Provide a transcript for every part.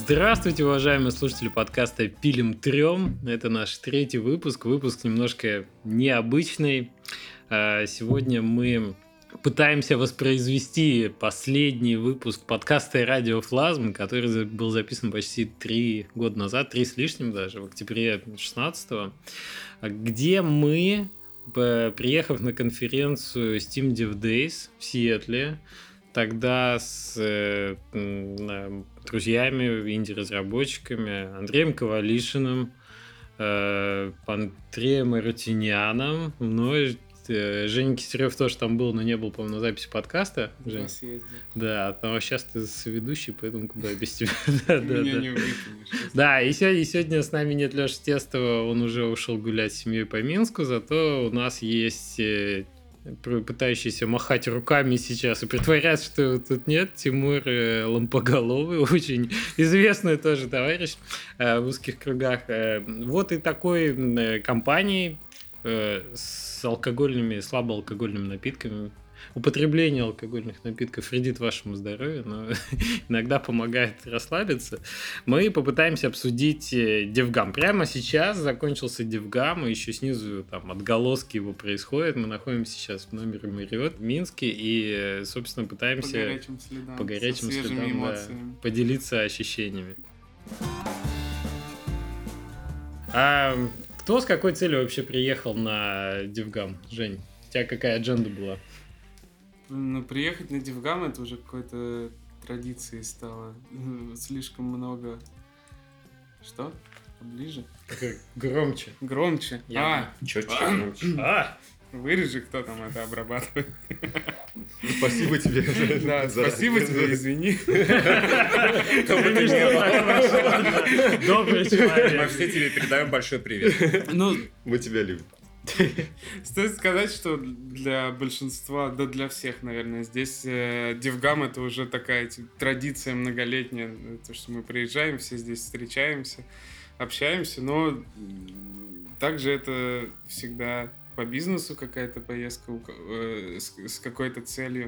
Здравствуйте, уважаемые слушатели подкаста «Пилим трем». Это наш третий выпуск немножко необычный. Сегодня мы пытаемся воспроизвести последний выпуск подкаста «Радио Флазм», который был записан почти 3 года назад, 3 с лишним даже, в октябре 2016-го, где мы, приехав на конференцию Steam Dev Days в Сиэтле, тогда с друзьями, инди-разработчиками Андреем Ковалишиным, Андреем Арутюняном, мной, Женя Кистерев тоже там был, но не был, по-моему, на записи подкаста. Жень. Да, но сейчас ты соведущий, поэтому куда без тебя. Меня не выкинешь. Да, и сегодня с нами нет Леши Тестова, он уже ушел гулять с семьей по Минску, зато у нас есть пытающийся махать руками сейчас и притворяться, что тут нет, Тимур Лампоголовый, очень известный тоже товарищ в узких кругах. Вот и такой компанией с алкогольными, слабоалкогольными напитками. Употребление алкогольных напитков вредит вашему здоровью, но иногда помогает расслабиться. Мы попытаемся обсудить DevGam. Прямо сейчас закончился DevGam, и еще снизу там отголоски его происходят. Мы находимся сейчас в номере Marriott в Минске и, собственно, пытаемся по горячим следам поделиться ощущениями. А кто с какой целью вообще приехал на DevGam? Жень, у тебя какая адженда была? Ну, приехать на DevGam это уже какой-то традицией стало. Слишком много. Что? Ближе? Громче. Громче. Чётче, громче. Вырежи, кто там это обрабатывает. Спасибо тебе. Да, спасибо тебе, извини. Добрый человек. Мы все тебе передаем большой привет. Мы тебя любим. Стоит сказать, что для большинства, да для всех, наверное, здесь DevGam это уже такая традиция многолетняя, то, что мы приезжаем, все здесь встречаемся, общаемся, но также это всегда по бизнесу какая-то поездка с какой-то целью.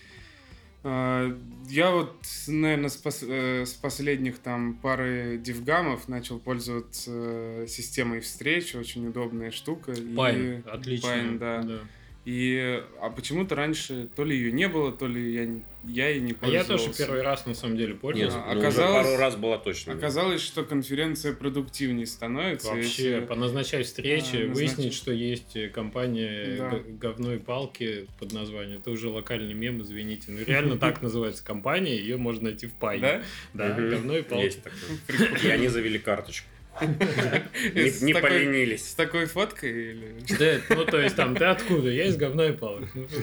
Я вот, наверное, с последних там пары DevGam'ов начал пользоваться системой встреч, очень удобная штука. Пайн, отлично. Пайн, да. А почему-то раньше то ли ее не было, то ли я и не пользовался. А я тоже первый раз на самом деле пользовался. Уже пару раз была точно. Оказалось, что конференция продуктивнее становится. Вообще, поназначать встречи, выяснить, что есть компания говной палки под названием. Это уже локальный мем, извините. Ну реально так называется компания, ее можно найти в Пайне. Да, говной палки. Есть такое. И они завели карточку. Не поленились. С такой фоткой? Или... Да, ну то есть там, ты откуда? Я из говной палки.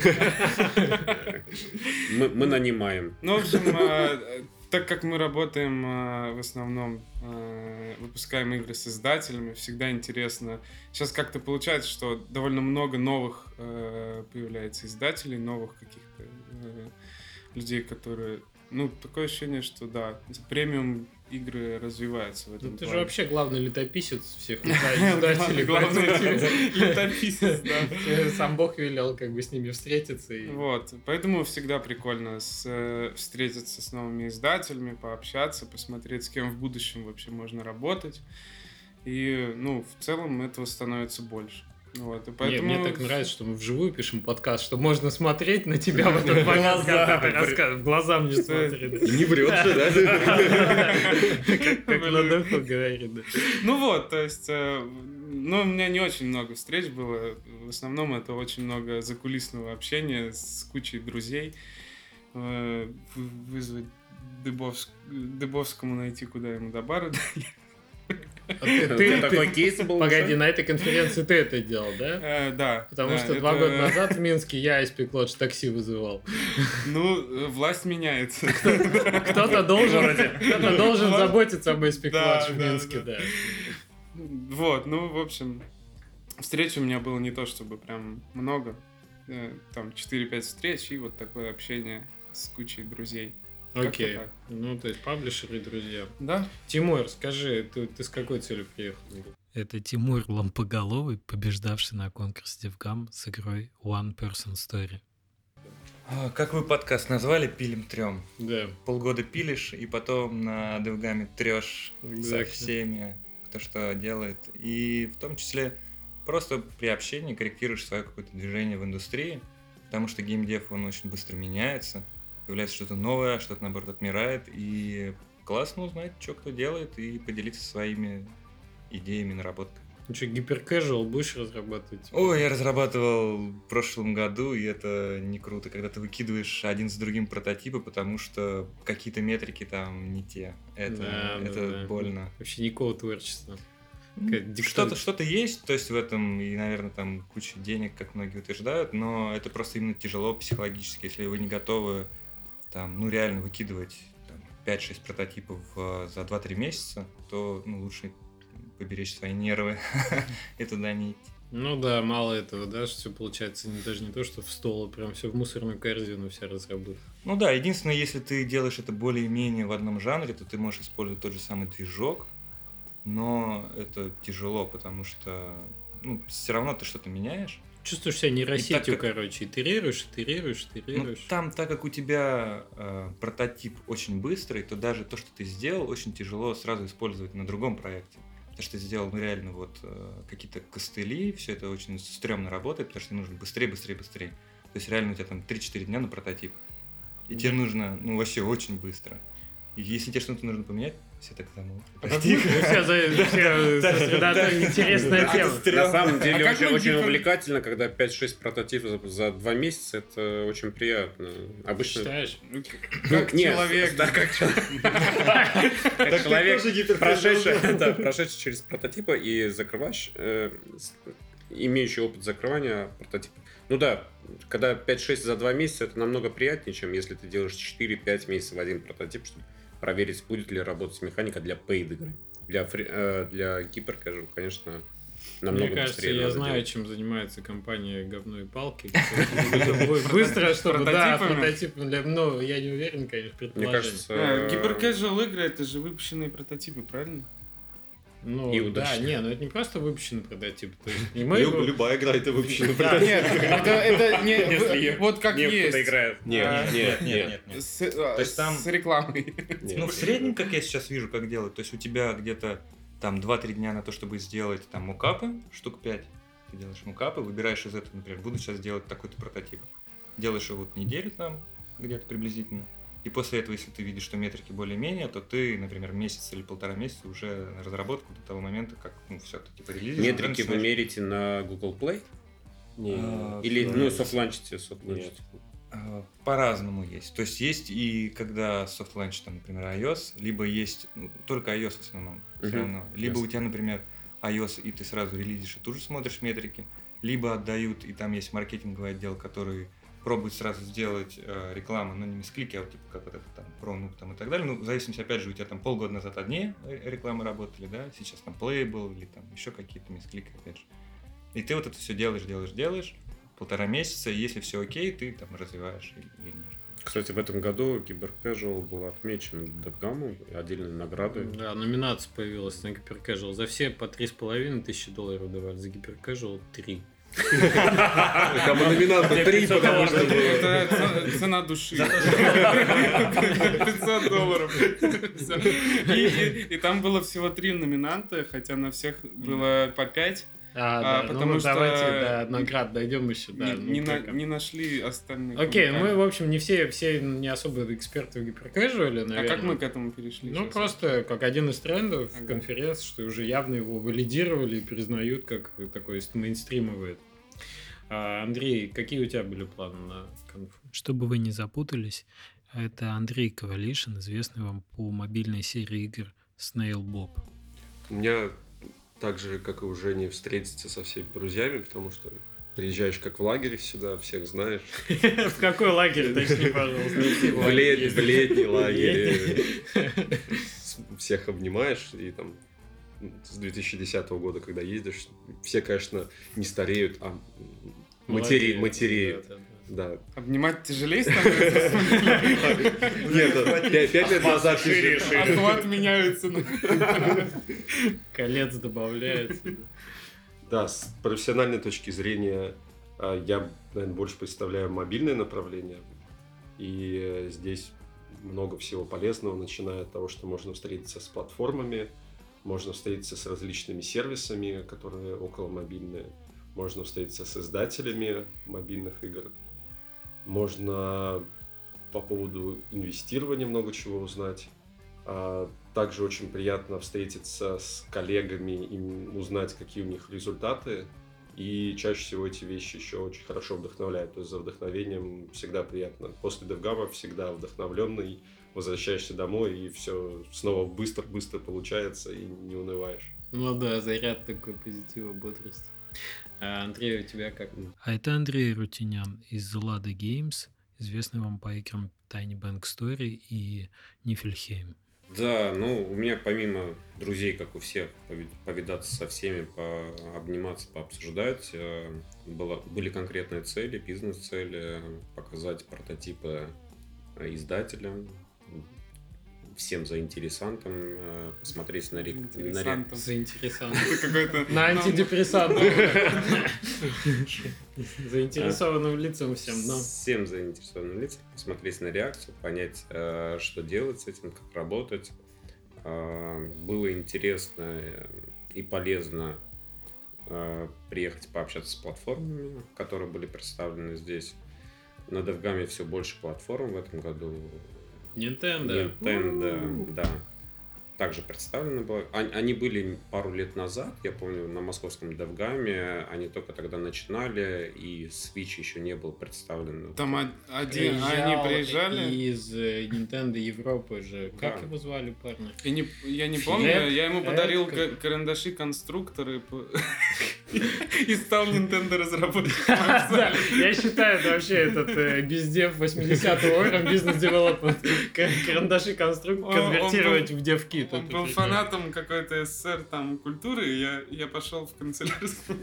Мы нанимаем. Ну, в общем, так как мы работаем в основном, выпускаем игры с издателями, всегда интересно. Сейчас как-то получается, что довольно много новых появляется издателей, новых каких-то людей, которые... Ну, такое ощущение, что да, премиум игры развиваются в этом плане. Ты же вообще главный летописец всех издателей. Главный летописец, да. Сам Бог велел как бы с ними встретиться. Вот, поэтому всегда прикольно встретиться с новыми издателями, пообщаться, посмотреть, с кем в будущем вообще можно работать. И, ну, в целом этого становится больше. Вот, и поэтому... Мне так нравится, что мы вживую пишем подкаст, что можно смотреть на тебя в этот момент, когда ты рассказываешь. В глаза мне смотреть. И не врет же, да? Как на духу говорит. Ну вот, то есть... Ну, у меня не очень много встреч было. В основном это очень много закулисного общения с кучей друзей. Вызвать Дыбовскому найти, куда ему до бара доехать. Ты такой кейс был? Погоди, на этой конференции ты это делал, да? Да. Потому что 2 года назад в Минске я из Пеклодж такси вызывал. Ну, власть меняется. Кто-то должен заботиться об Пеклодж в Минске, да. Вот, ну, в общем, встреч у меня было не то чтобы прям много. Там 4-5 встреч и вот такое общение с кучей друзей. Окей. Ну, то есть паблишеры и друзья. Да. Тимур, скажи, ты с какой целью приехал? Это Тимур Лампоголовый, побеждавший на конкурсе DevGam с игрой One Person Story. Как вы подкаст назвали? Пилим трем. Да. Полгода пилишь, и потом на девгаме трешь со Exactly. всеми, кто что делает. И в том числе просто при общении корректируешь свое какое-то движение в индустрии, потому что геймдев, он очень быстро меняется, появляется что-то новое, что-то, наоборот, отмирает, и классно узнать, что кто делает, и поделиться своими идеями, наработками. Ну что, гиперкэжуал будешь разрабатывать? Ой, я разрабатывал в прошлом году, и это не круто, когда ты выкидываешь один с другим прототипы, потому что какие-то метрики там не те. Это больно. Вообще никакого творчества. Что-то есть, то есть в этом, и, наверное, там куча денег, как многие утверждают, но это просто именно тяжело психологически, если вы не готовы там, реально выкидывать там, 5-6 прототипов за 2-3 месяца, то лучше поберечь свои нервы и туда не идти. Ну да, мало этого, да, что все получается даже не то, что в стол, а прям все в мусорную корзину вся разработка. Ну да, единственное, если ты делаешь это более-менее в одном жанре, то ты можешь использовать тот же самый движок, но это тяжело, потому что все равно ты что-то меняешь. Чувствуешь себя нейросетью, короче, итерируешь. Там, так как у тебя прототип очень быстрый, то даже то, что ты сделал, очень тяжело сразу использовать на другом проекте. Потому что ты сделал реально какие-то костыли, все это очень стрёмно работает, потому что тебе нужно быстрее. То есть реально у тебя там 3-4 дня на прототип. И тебе нужно, вообще очень быстро. И если тебе что-то нужно поменять, все так замолкли. Интересная тема. На самом деле очень увлекательно, когда 5-6 прототипов за 2 месяца, это очень приятно. Обычно... Считаешь? Как человек. Как человек, прошедший через прототипы и закрываешь, имеющий опыт закрывания прототипа. Ну да, когда 5-6 за 2 месяца, это намного приятнее, чем если ты делаешь 4-5 месяцев в один прототип, чтобы проверить, будет ли работать механика для paid игры. Для гиперкэжуал, конечно, намного Мне кажется, быстрее. я знаю, чем занимается компания «Говно и палки». Быстро, чтобы... Да, прототипом. Ну, я не уверен, конечно, Мне кажется... Гиперкэжуал игры — это же выпущенные прототипы, правильно? Ну, и да, удачно. это не просто выпущенный прототип. То есть, Любая игра — это выпущенный Да. прототип. Нет, это Если не... Вот как кто-то есть. играет. Нет. То есть там- с рекламой. В среднем, как я сейчас вижу, как делают, то есть у тебя где-то там 2-3 дня на то, чтобы сделать там мукапы, штук 5. Ты делаешь мукапы, выбираешь из этого, например, буду сейчас делать такой-то прототип. Делаешь его неделю там, где-то приблизительно. И после этого, если ты видишь, что метрики более-менее, то ты, например, месяц или 1,5 месяца уже на разработку до того момента, как все, ты типа релизишь. Метрики вы мерите на Google Play? Или софтланчите? По-разному есть. То есть есть и когда софтланч, там, например, iOS, либо есть только iOS в основном. Все равно. Либо у тебя, например, iOS, и ты сразу релизишь и тут же смотришь метрики, либо отдают, и там есть маркетинговый отдел, который пробует сразу сделать рекламу, но не мисклики, а вот типа как вот это там ProNoob там и так далее. Ну, в зависимости, опять же, у тебя там полгода назад одни рекламы работали, да, сейчас там Playable или там еще какие-то мисклики, опять же. И ты вот это все делаешь, 1,5 месяца, и если все окей, ты там развиваешь или не развиваешь. Кстати, в этом году гиперкэжуал был отмечен DevGAMM, отдельные награды. Да, номинация появилась на гиперкэжуал. За все по $3,500 давали, за гиперкэжуал 3. Там номинанты 3, потому что... Это цена души. $500. И там было всего 3 номинанта, хотя на всех было по 5. Потому что давайте до наград дойдем еще. Не нашли остальных. Окей, мы, в общем, не все не особо эксперты в гиперкэжуале, наверное. А как мы к этому перешли? Ну, просто как один из трендов конференции, что уже явно его валидировали и признают как такой мейнстримовый. Андрей, какие у тебя были планы на конфу? Чтобы вы не запутались, это Андрей Ковалишин, известный вам по мобильной серии игр Snail Bob. У меня так же, как и у Жени, встретиться со всеми друзьями, потому что приезжаешь как в лагере сюда, всех знаешь. В какой лагерь, точнее, пожалуйста? В летний лагерь. Всех обнимаешь, и там с 2010 года, когда ездишь, все, конечно, не стареют, а матереют. Да. Обнимать тяжелее становится? Нет, 5 лет назад Охват меняется. Колец добавляется. Да, с профессиональной точки зрения я, наверное, больше представляю мобильное направление. И здесь много всего полезного, начиная от того, что можно встретиться с платформами, можно встретиться с различными сервисами, которые околомобильные, можно встретиться с издателями мобильных игр, можно по поводу инвестирования много чего узнать. Также очень приятно встретиться с коллегами и узнать, какие у них результаты. И чаще всего эти вещи еще очень хорошо вдохновляют. То есть за вдохновением всегда приятно. После DevGamma всегда вдохновленный, возвращаешься домой, и все снова быстро-быстро получается, и не унываешь. Ну да, заряд такой позитива, бодрости. А Андрей, у тебя как? А это Андрей Рутинян из Lada Games, известный вам по играм Tiny Bank Story и Niflheim. Да, ну, у меня помимо друзей, как у всех, повидаться со всеми, пообниматься, пообсуждать, были конкретные цели, бизнес-цели, показать прототипы издателям, всем заинтересантам, посмотреть на Заинтересантом. Это какой-то... На антидепрессантах. Заинтересованным лицам всем. Всем заинтересованным лицам посмотреть на реакцию, понять, что делать с этим, как работать. Было интересно и полезно приехать пообщаться с платформами, которые были представлены здесь. На DevGamma все больше платформ в этом году. Nintendo, да. Также представлены были. Они были пару лет назад, я помню, на московском DevGamma. Они только тогда начинали, и Switch еще не был представлен. Там они приезжали. Из Nintendo Европы же. Как его звали, парня? Я не помню, я ему подарил карандаши-конструкторы и стал Nintendo разработчиком. Я считаю, это вообще этот бездев 80-го уровня бизнес-девелопмент. Карандаши-конструктор конвертировать в девкит. Он был фанатом какой-то СССР там культуры, и я пошел в канцелярскую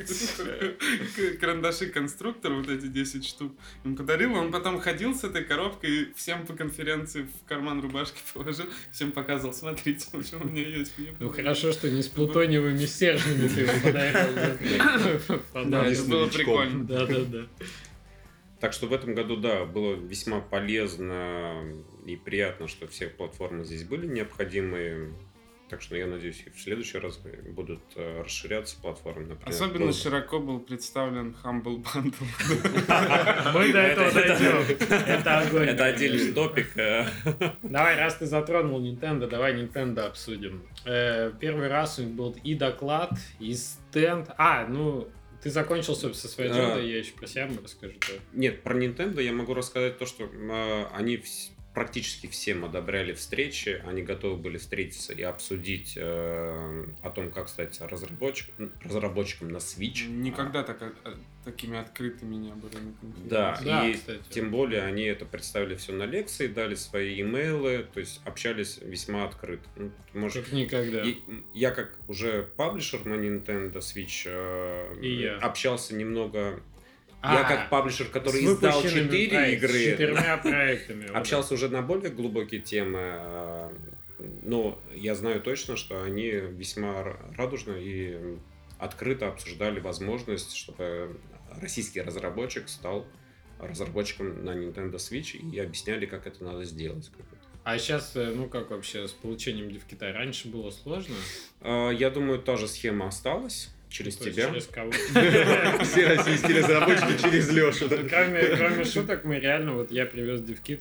карандаши-конструктор, вот эти 10 штук. Он подарил, он потом ходил с этой коробкой, всем по конференции в карман рубашки положил, всем показывал, смотрите, в общем, у меня есть. Ну хорошо, что не с плутониевыми стержнями ты его подарил. Да, это было прикольно. Да. Так что в этом году, да, было весьма полезно и приятно, что все платформы здесь были необходимые. Так что я надеюсь, и в следующий раз будут расширяться платформы. Например, особенно широко был представлен Humble Bundle. Мы до этого дойдем. Это огонь. Это отдельный топик. Давай, раз ты затронул Nintendo, давай Nintendo обсудим. Первый раз у них был и доклад, и стенд. Ты закончил, собственно, со своей аджендой, я еще про себя расскажу. Нет, про Nintendo я могу рассказать то, что они практически всем одобряли встречи, они готовы были встретиться и обсудить о том, как стать разработчиком на Switch. Никогда такими открытыми не были на конференции. Да, и кстати. Тем более они это представили все на лекции, дали свои имейлы, то есть общались весьма открыто. Как никогда. Я как уже паблишер на Nintendo Switch общался немного... Я как паблишер, который издал 4 игры, с 4 проектами. общался уже на более глубокие темы, но я знаю точно, что они весьма радужно и открыто обсуждали возможность, чтобы российский разработчик стал разработчиком на Nintendo Switch, и объясняли, как это надо сделать. А сейчас, как вообще с получением девкита? Раньше было сложно? Я думаю, та же схема осталась. Через тебя. Через кого? Все российские разработчики через Лешу. Кроме шуток, мы реально, я привез девкит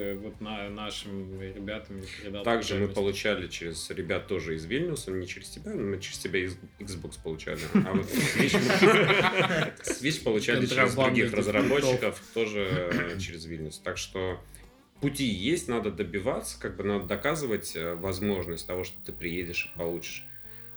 нашим ребятам и передал. Также мы получали через ребят тоже из Вильнюса, не через тебя, но мы через тебя из Xbox получали. А вот Switch получали через других разработчиков, тоже через Вильнюс. Так что пути есть, надо добиваться, надо доказывать возможность того, что ты приедешь и получишь.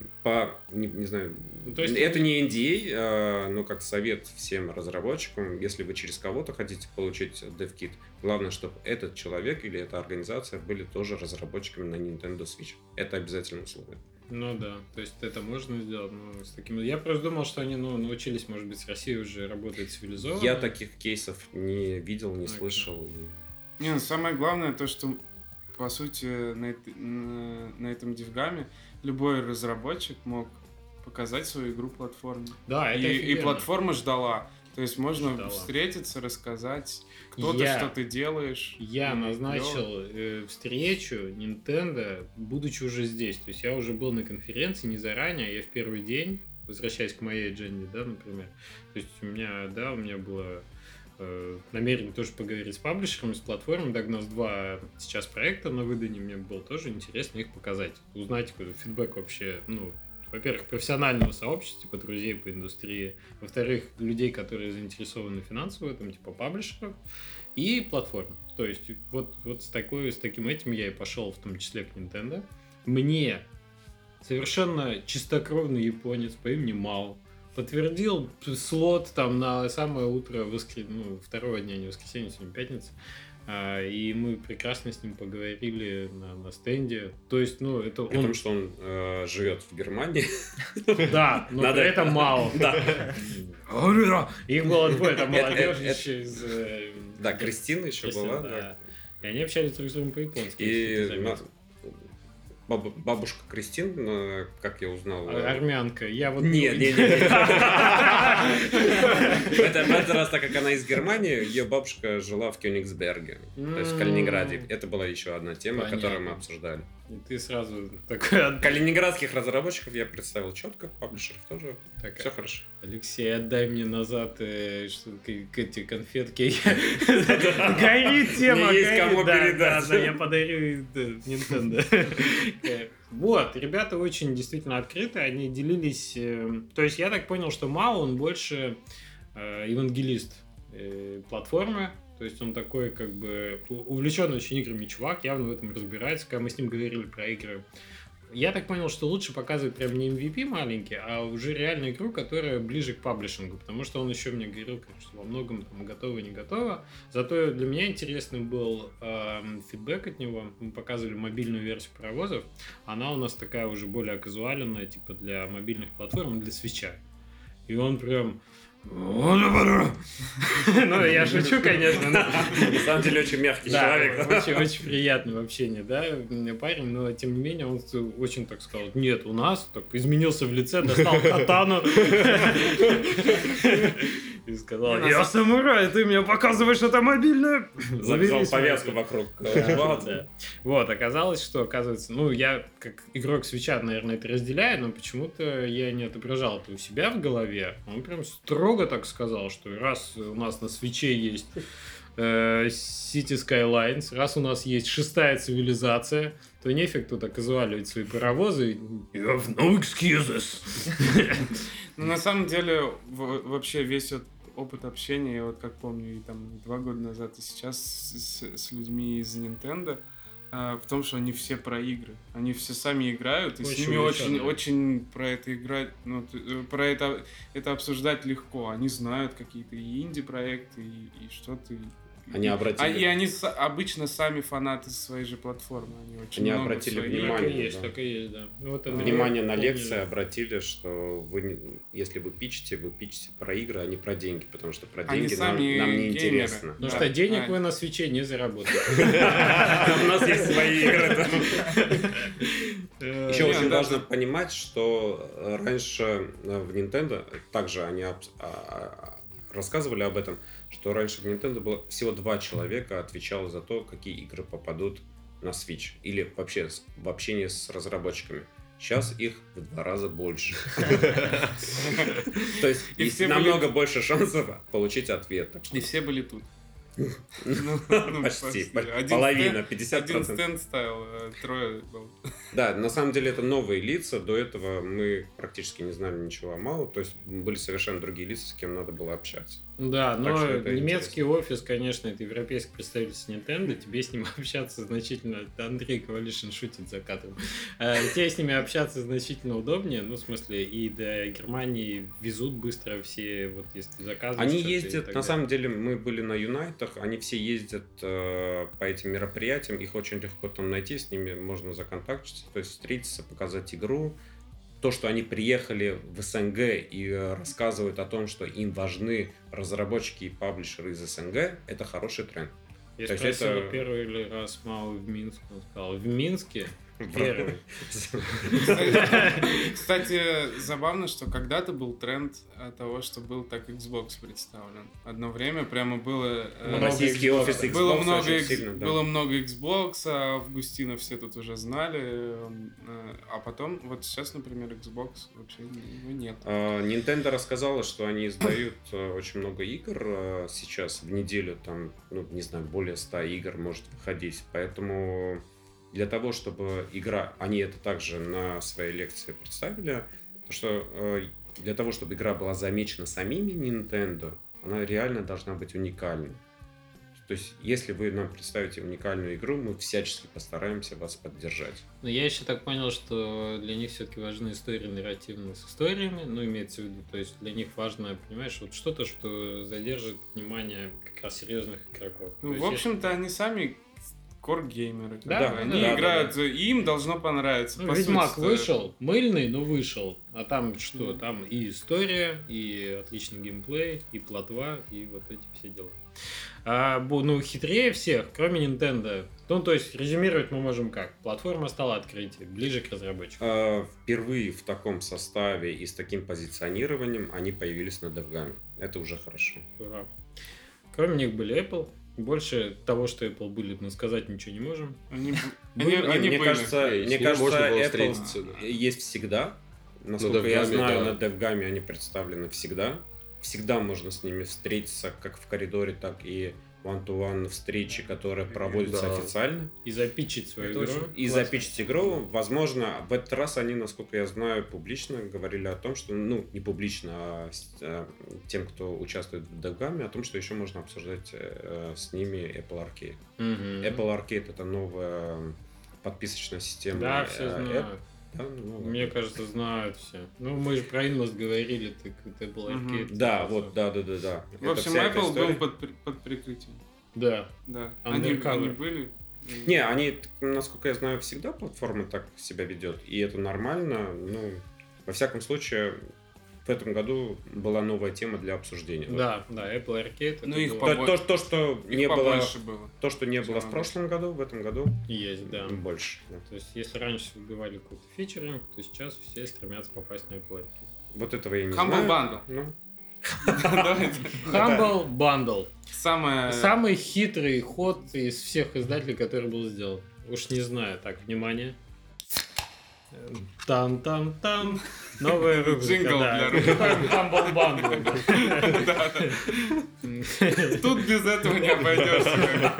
Не знаю, это не NDA, но как совет всем разработчикам, если вы через кого-то хотите получить DevKit, главное, чтобы этот человек или эта организация были тоже разработчиками на Nintendo Switch. Это обязательное условие. Ну да, то есть это можно сделать, но с таким... Я просто думал, что они научились, может быть, с Россией уже работать цивилизованно. Я таких кейсов не видел, не слышал. Самое главное то, что по сути на этом DevGamma любой разработчик мог показать свою игру платформе. Да, это и платформа ждала. То есть можно Читала. встретиться, рассказать, кто ты, что ты делаешь. Я И назначил клёво. встречу Nintendo, будучи уже здесь. То есть я уже был на конференции не заранее, я в первый день, возвращаясь к моей адженде, да, например. То есть у меня было намерение тоже поговорить с паблишерами, с платформами. Да, у нас 2 сейчас проекта на выдании, мне было тоже интересно их показать, узнать какой-то фидбэк вообще, ну, во-первых, профессионального сообщества, типа друзей по индустрии, во-вторых, людей, которые заинтересованы финансово в этом, типа паблишеров, и платформ. То есть вот с таким этим я и пошел, в том числе к Nintendo. Мне совершенно чистокровный японец по имени Мао подтвердил слот там на самое утро второго дня, не воскресенье, сегодня пятница. И мы прекрасно с ним поговорили на стенде. То есть, ну, это При том, что он живет в Германии. Да, но при этом Мао. Да. Их было 2, там молодежь еще из... Да, Кристина еще была. Да. И они общались друг с другом по-японски. И бабушка Кристин, как я узнал... Армянка. Я вот... Нет. В этот раз, так как она из Германии, ее бабушка жила в Кёнигсберге, то есть в Калининграде. Это была еще одна тема, которую мы обсуждали. И ты сразу такой... Калининградских разработчиков я представил четко, паблишеров тоже. Так, Все хорошо. Алексей, отдай мне назад эти конфетки. Горит тема, Мне есть кому передать. Да, я подарю Nintendo. Вот, ребята очень действительно открыты, они делились... То есть я так понял, что Мао, он больше евангелист платформы. То есть он такой, как бы, увлеченный очень играми чувак, явно в этом разбирается. Когда мы с ним говорили про игры, я так понял, что лучше показывать прям не MVP маленький, а уже реальную игру, которая ближе к паблишингу. Потому что он еще мне говорил, что во многом там готово, не готово. Зато для меня интересный был фидбэк от него. Мы показывали мобильную версию паровозов. Она у нас такая уже более казуальная, типа для мобильных платформ, для свитча. И он прям... Ну, я шучу, конечно. На самом деле очень мягкий человек. Очень приятный в общении, да, парень, но тем не менее он очень так сказал, нет, у нас так изменился в лице, достал катану и сказал, я самурай, ты мне показываешь это мобильное. Завязал повязку вокруг. Вот, оказалось, что, оказывается, ну, я как игрок свитча, наверное, это разделяю, но почему-то я не отображал это у себя в голове. Он прям строго так сказал, что раз у нас на свитче есть City Skylines, раз у нас есть 6-я цивилизация, то нефиг тут оказуаливать свои паровозы. You have no excuses. Ну, на самом деле, вообще весь опыт общения, я вот как помню, и там 2 года назад, и сейчас с людьми из Nintendo, в том, что они все про игры. Они все сами играют, и с ними очень про это играть, ну, про это обсуждать легко. Они знают какие-то и инди-проекты, и что-то. Они обратили... И они обычно сами фанаты своей же платформы. Они обратили внимание. Так и есть, да. Внимание на лекции обратили, что вы, если вы пичете про игры, а не про деньги, потому что про деньги нам не интересно. Потому что денег вы на свитче не заработаете. У нас есть свои игры. Еще очень важно понимать, что раньше в Nintendo, также они рассказывали об этом, что раньше в Nintendo было всего 2 человека отвечало за то, какие игры попадут на Switch или вообще в общении с разработчиками. Сейчас их в 2 раза больше. То есть есть намного больше шансов получить ответ. И все были тут. Почти. Половина, 50%. Один стенд ставил, 3 был. Да, на самом деле это новые лица. До этого мы практически не знали ничего о Мао. То есть были совершенно другие лица, с кем надо было общаться. Да, но немецкий офис, конечно, это европейский представитель Nintendo, тебе с ним общаться значительно... Андрей Ковалишин шутит за кадром. Тебе с ними общаться значительно удобнее, ну, в смысле, и до Германии везут быстро все, вот если заказывают. Они ездят, на самом деле, мы были на Юнайтах, они все ездят по этим мероприятиям, их очень легко там найти, с ними можно законтактиться, то есть встретиться, показать игру. То, что они приехали в СНГ и рассказывают о том, что им важны разработчики и паблишеры из СНГ, это хороший тренд. Я спросил первый раз Мао в Минске, он сказал, в Минске Первый. Кстати, забавно, что когда-то был тренд того, что был так Xbox представлен. Одно время прямо было... Российский офис Xbox Было много, очень сильно, да. было много Xbox, а Августина все тут уже знали. А потом, вот сейчас, например, Xbox вообще его нет. Nintendo рассказала, что они издают очень много игр сейчас в неделю, там, ну, не знаю, более 100 игр может выходить, поэтому для того, чтобы игра, они это также на своей лекции представили, что для того, чтобы игра была замечена самими Nintendo, она реально должна быть уникальной. То есть, если вы нам представите уникальную игру, мы всячески постараемся вас поддержать. Но я еще так понял, что для них все-таки важны истории нарративные с историями, ну, имеется в виду, то есть для них важно, понимаешь, вот что-то, что задержит внимание как раз серьезных игроков. Ну, То в есть, общем-то, они сами кор-геймеры. Да, Они да, играют, им должно понравиться. ну, По Ведьмак сути-то. вышел, мыльный, но вышел. А там что? Там и история, и отличный геймплей, и плотва, и вот эти все дела. Ну, хитрее всех, кроме Nintendo. Ну, то есть, резюмировать мы можем как? Платформа стала открытием, ближе к разработчикам. Впервые в таком составе и с таким позиционированием они появились на DevGam. Это уже хорошо. Ура. Кроме них были Apple. Больше того, что Apple были, мы сказать ничего не можем. Они Мне были. кажется, С ним можно было Apple встретиться, да. есть всегда. Насколько я DevGam'е, знаю, да. на DevGam'е они представлены всегда. Всегда можно с ними встретиться, как в коридоре, так и one-to-one встречи, которые проводятся Да. официально. И запичить свою Это игру. очень И классно. запичить игру. Возможно, в этот раз они, насколько я знаю, публично говорили о том, что, ну, не публично, а тем, кто участвует в DevGam'е, о том, что еще можно обсуждать с ними Apple Arcade. Мгм. Apple Arcade — это новая подписочная система. Да, все знают. Да, ну, Мне кажется, знают все. Ну, мы же про Inless говорили, так это был Мгм. аркейд. да, вот, да. В Это общем, вся эта Apple история. был под прикрытием. Да. Да. Undercover. Они были. Не, они, насколько я знаю, всегда платформа так себя ведет, и это нормально. Ну, во всяком случае, в этом году была новая тема для обсуждения. Да, Apple Arcade. Ну, это их было- То, что Их не было, побольше было. то, что не Всё было в равно. прошлом году, в этом году Есть, да. больше. Да. То есть, если раньше убивали какой-то фичеринг, то сейчас все стремятся попасть на Apple Arcade. Вот этого я не Humble знаю. Bundle. Ну, Давайте. Humble Bundle. Самое... Самый хитрый ход из всех издателей, который был сделан. Уж не знаю. Так, внимание. Там-там-там. Новая рубрика. Джингл да. для рубрики. Humble Bundle. Да, да. Тут без этого не обойдешься.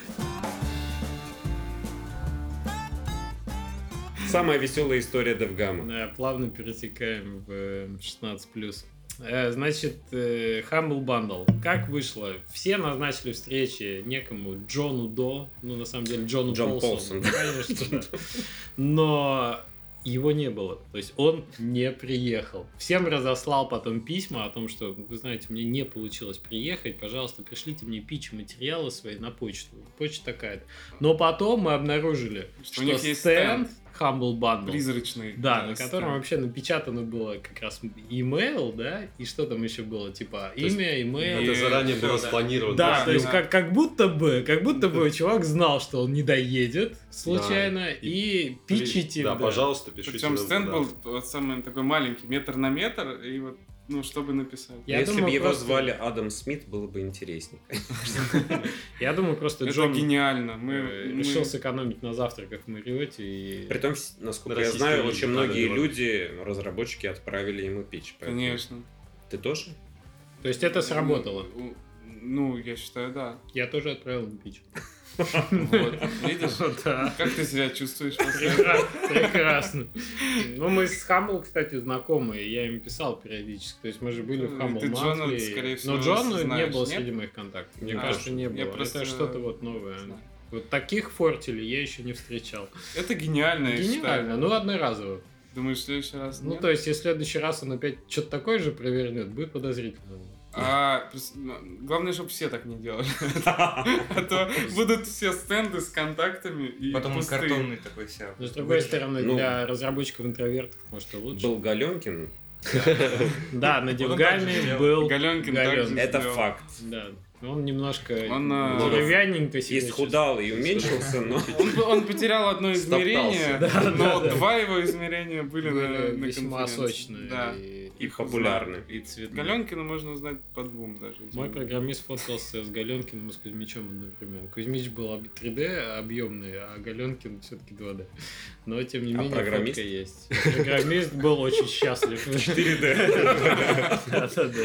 самая веселая история DevGam. Да, плавно перетекаем в 16+. Значит, Humble Bundle. Как вышло? Все назначили встречи некому Джону До. Ну, на самом деле, Джон Полсон. Полсон. Конечно, да. Но его не было. То есть он не приехал. Всем разослал потом письма о том, что, вы знаете, мне не получилось приехать. Пожалуйста, пришлите мне питч и материалы свои на почту. Почта такая-то. Но потом мы обнаружили, Что у них есть стенд Humble Bundle. Призрачный. Да, на котором стенд. вообще напечатано было как раз email, да, и что там еще было, типа имя, email. Это заранее было да. спланировано. Да, Да, то есть да. как будто бы чувак знал, что он не доедет случайно, Да. и питчите. Да, пожалуйста, пишите. Причем нам, стенд да. был вот самый такой маленький, метр на метр, и вот, ну, чтобы написать. Я Если думаю, бы его просто- звали Адам Смит, было бы интереснее. Я думаю, просто Это Джон гениально. решил сэкономить на завтраках в Мариоте и... Притом, насколько На я знаю, российском очень языке, многие да, люди, разработчики, отправили ему питч. поэтому- Конечно. Ты тоже? То есть это сработало. Ну, я считаю, да. Я тоже отправил ему питч. Вот. Видишь? Да. Как ты себя чувствуешь после этого? Прекрасно. Ну, мы с Humble, кстати, знакомы. Я им писал периодически. То есть мы же были в Humble Ты Джона, Monthly. скорее всего, Но Джона не знаешь, было нет? среди моих контактов. Мне А, кажется, не я было. просто Это что-то вот новое. знаю. Вот таких фортелей я еще не встречал. Это гениально, я Гениально. считаю. Ну, одноразово. Думаешь, в следующий раз Ну, нет? то есть, если в следующий раз он опять что-то такое же провернет, будет подозрительно. Главное, чтобы все так не делали. А то будут все стенды с контактами и Потом он пустые. картонный такой вся. Но, с другой стороны, Ну, для разработчиков-интровертов, может, и лучше. Был Галенкин. Да, на Он так же Девгаме делал. был Галенкин Галенкин. также Это сделал. факт. Да. Он немножко Он, деревянненько себя Исхудал и уменьшился, но... Он потерял одно измерение, Стоптался. но два его измерения были на весьма конференции. сочные. Да. И Их популярны. И цветные. Галенкина можно узнать по двум даже. Мой программист фоткался с Галенкиным и с Кузьмичем одновременно. Кузьмич был 3D объемный, а Галенкин все-таки 2D. Но тем не менее программист? фотка есть. Программист был очень счастлив. 4D. Да-да-да.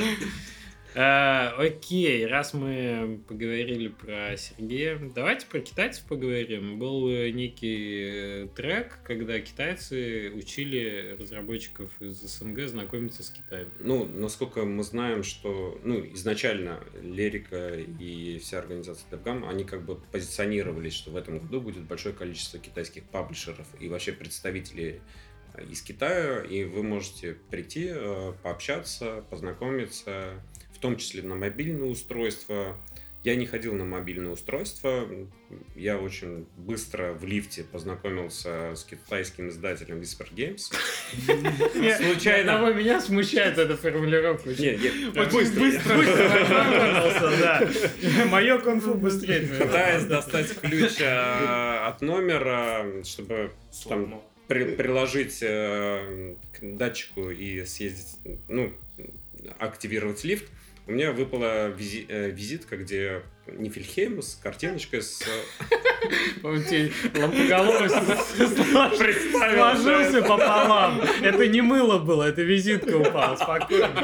Окей, раз мы поговорили про Сергея, давайте про китайцев поговорим. Был некий трек, когда китайцы учили разработчиков из СНГ знакомиться с Китаем. Ну, насколько мы знаем, что изначально Лерика и вся организация DevGam, они как бы позиционировались, что в этом году будет большое количество китайских паблишеров и вообще представителей из Китая, и вы можете прийти, пообщаться, познакомиться, в том числе на мобильное устройство. Я не ходил на мобильное устройство, я очень быстро в лифте познакомился с китайским издателем Whisper Games. Случайно. Одного меня смущает эта формулировка. Быстро. Познакомился, да. Мое кунг-фу быстрее. Пытаясь достать ключ от номера, чтобы там приложить к датчику и съездить, активировать лифт, у меня выпала визитка, где Нифельхейм с картиночкой с... Помните, лампоголовый сложился пополам. Это не мыло было, это визитка упала. Спокойно.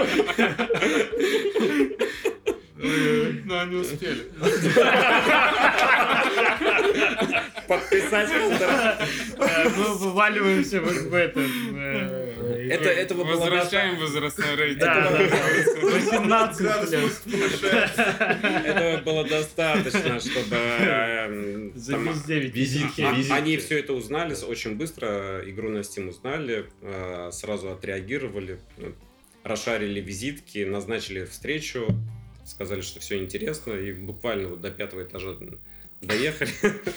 Но они успели. Подписать Мы вываливаемся в это. Этого было Возвращаем возрастной рейтинг. Да, 18 плюс. Этого было достаточно, чтобы Завезде визитки. они все это узнали очень быстро, игру на Steam узнали, сразу отреагировали, расшарили визитки, назначили встречу, сказали, что все интересно, и буквально до 5-го этажа доехали.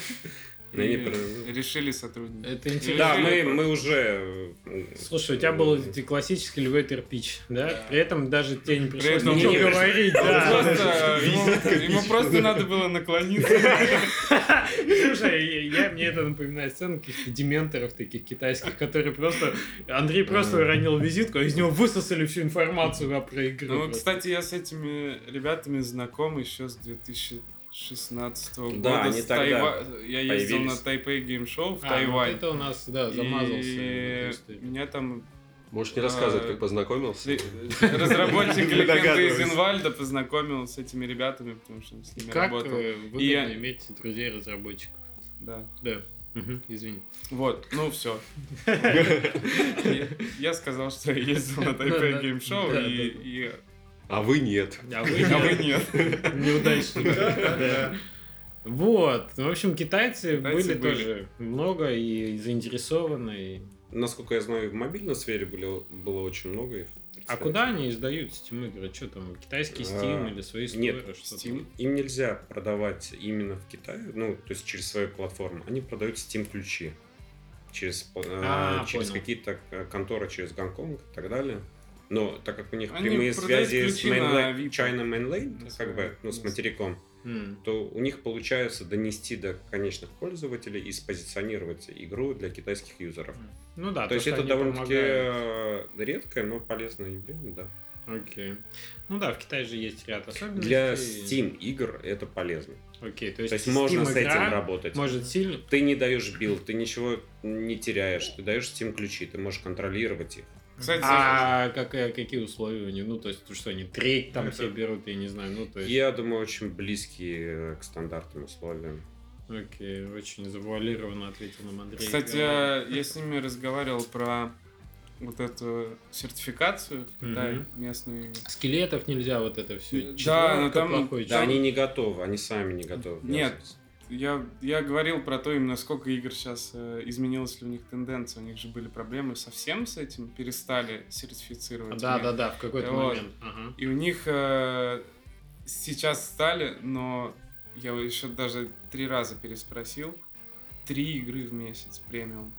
Решили сотрудничать. Это интересно. Да, мы уже... Слушай, у тебя был классический elevator pitch, да? При этом даже тебе не пришлось этом ничего не пришлось. говорить. Да. Ему просто надо было наклониться. Слушай, мне это напоминает сцену каких-то дементоров таких китайских, которые просто... Андрей просто уронил визитку, а из него высосали всю информацию про игру. Ну, просто. кстати, я с этими ребятами знаком еще с 2016 года. Да, они тогда Я ездил появились. на Taipei Game Show в Вот Тайвань. это у нас, да, замазался. И в эту историю. меня там Можешь не рассказывать, как познакомился? разработчик Легенды из Догадываюсь. Инвальда познакомил с этими ребятами, потому что он с ними Как работал. выгодно я- иметь друзей-разработчиков. Да. Да. Извини. Вот, ну все. Я сказал, что я ездил на Taipei Game Show, Да, и А вы нет. А вы а вы нет. неудачник. Да. Вот. В общем, китайцы были Китайцы были. тоже много и заинтересованы. Насколько я знаю, в мобильной сфере было очень много их. А куда они издают Steam игры? Что там, китайский Steam или свои Нет, сторы? Что Steam. Им нельзя продавать именно в Китае, то есть через свою платформу. Они продают Steam ключи через понял. какие-то конторы, через Гонконг и так далее. Но так как у них Они прямые продают связи с ключи на VIP. China Mainland, Да, как бы, с да. материком, то у них получается донести до конечных пользователей и спозиционировать игру для китайских юзеров. Ну да, То есть что это они довольно-таки помогают. редкое, но полезное явление, да. Окей. Ну да, в Китае же есть ряд особенностей. Для Steam игр это полезно. Окей, то То есть есть можно с Steam-игра этим работать. может сильно... Ты не даешь билд, ты ничего не теряешь, ты даешь Steam ключи, ты можешь контролировать их. Кстати, А какие условия у них? Ну, то есть, что они треть там все берут, я не знаю, ну, то есть... Я думаю, очень близкие к стандартным условиям. Окей, очень завуалированно ответил нам Андрей. Кстати, я с ними разговаривал про вот эту сертификацию в Китае местную. Скелетов нельзя вот это все. Да, но там- плохой Да, они не готовы, они сами не готовы. Нет. Я говорил про то, именно сколько игр сейчас изменилась ли у них тенденция. У них же были проблемы совсем с этим, перестали сертифицировать. Да, их. да, да, в какой-то Вот. момент. Ага. И у них сейчас стали, но я еще даже 3 раза переспросил, 3 игры в месяц премиум.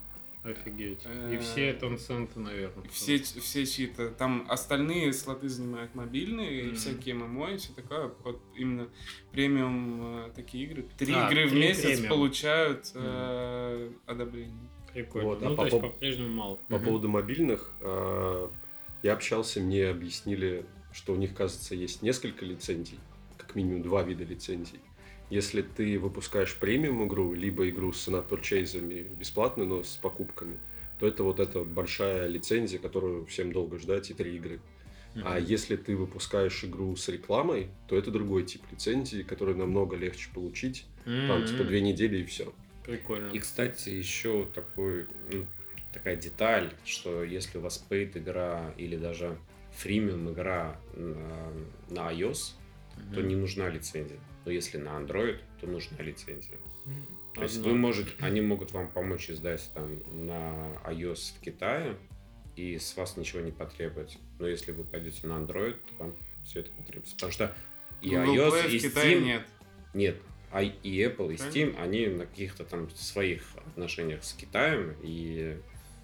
Офигеть. И все Tencent, наверное. Все чьи-то. Там остальные слоты занимают мобильные, и всякие ММО, и все такое. Вот именно премиум такие игры. 3 игры в месяц премиум получают одобрение. Прикольно. Вот, Ну, то есть по-прежнему мало. По поводу мобильных, я общался, мне объяснили, что у них, кажется, есть несколько лицензий, как минимум 2 вида лицензий. Если ты выпускаешь премиум игру, либо игру с in-app бесплатно, но с покупками, то это вот эта большая лицензия, которую всем долго ждать, и 3 игры. А если ты выпускаешь игру с рекламой, то это другой тип лицензии, который намного легче получить. Там типа 2 недели и все. Прикольно. И, кстати, еще такая деталь, что если у вас paid игра или даже фримиум игра на iOS, то не нужна лицензия. Но если на Android, то нужна лицензия. То есть они могут вам помочь издать там на iOS в Китае, и с вас ничего не потребуется. Но если вы пойдете на Android, то вам все это потребуется. Потому что и Google iOS, Play и в Китае Steam... нет. Нет. И Apple, и Steam, они на каких-то там своих отношениях с Китаем, и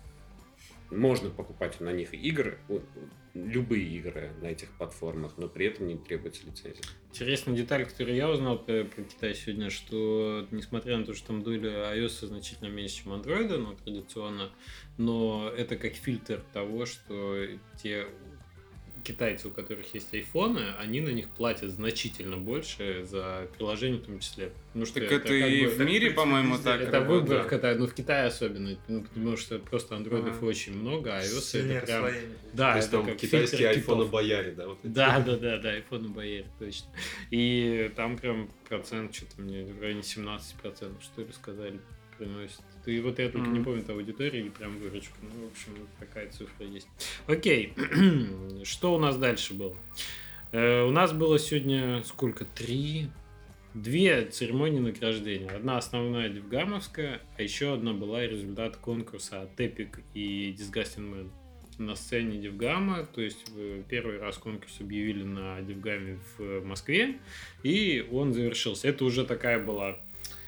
можно покупать на них игры, любые игры на этих платформах, но при этом не требуется лицензия. Интересная деталь, которую я узнал про Китай сегодня, что несмотря на то, что там доля iOS значительно меньше, чем Android, но традиционно, но это как фильтр того, что те китайцы, у которых есть айфоны, они на них платят значительно больше за приложение в том числе. Потому что Так это и в мире, по-моему, так это работает. выборка, но в Китае особенно, потому что просто андроидов очень много, а iOS это прям... Да, То есть это там как китайские фильтр айфоны китов. бояре, да? Вот эти. Да, айфоны бояре, точно. И там прям процент, что-то мне в районе 17%, что ли, сказали, приносит. И вот я только не помню аудиторию или прям выручку. Ну, в общем, такая цифра есть. Окей, что у нас дальше было? У нас было сегодня сколько? 2 церемонии награждения. Одна основная девгамовская, а еще одна была результат конкурса от Epic и Disgusting Man на сцене Девгама. То есть первый раз конкурс объявили на Девгаме в Москве, и он завершился. Это уже такая была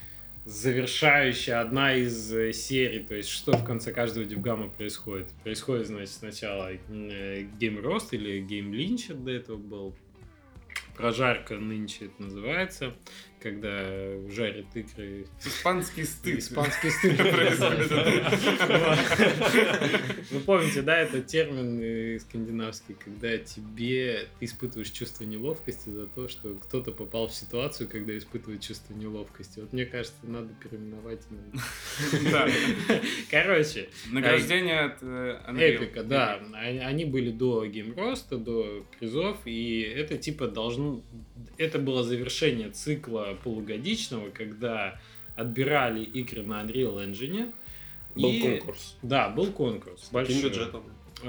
завершающая одна из серий, то есть что в конце каждого Девгама происходит. Происходит, значит, сначала гейм-рост или гейм-линч, до этого был. Прожарка нынче это называется, когда жарят икры. Испанский стыд. Испанский стыд. Вы помните, да, это термин скандинавский, когда ты испытываешь чувство неловкости за то, что кто-то попал в ситуацию, когда испытывает чувство неловкости. Вот мне кажется, надо переименовать именно. Короче. Награждение от Эпика, да. Они были до гейм-роста, до призов, и это типа это было завершение цикла полугодичного, когда отбирали игры на Unreal Engine. Был конкурс. Да, был конкурс. С каким бюджетом?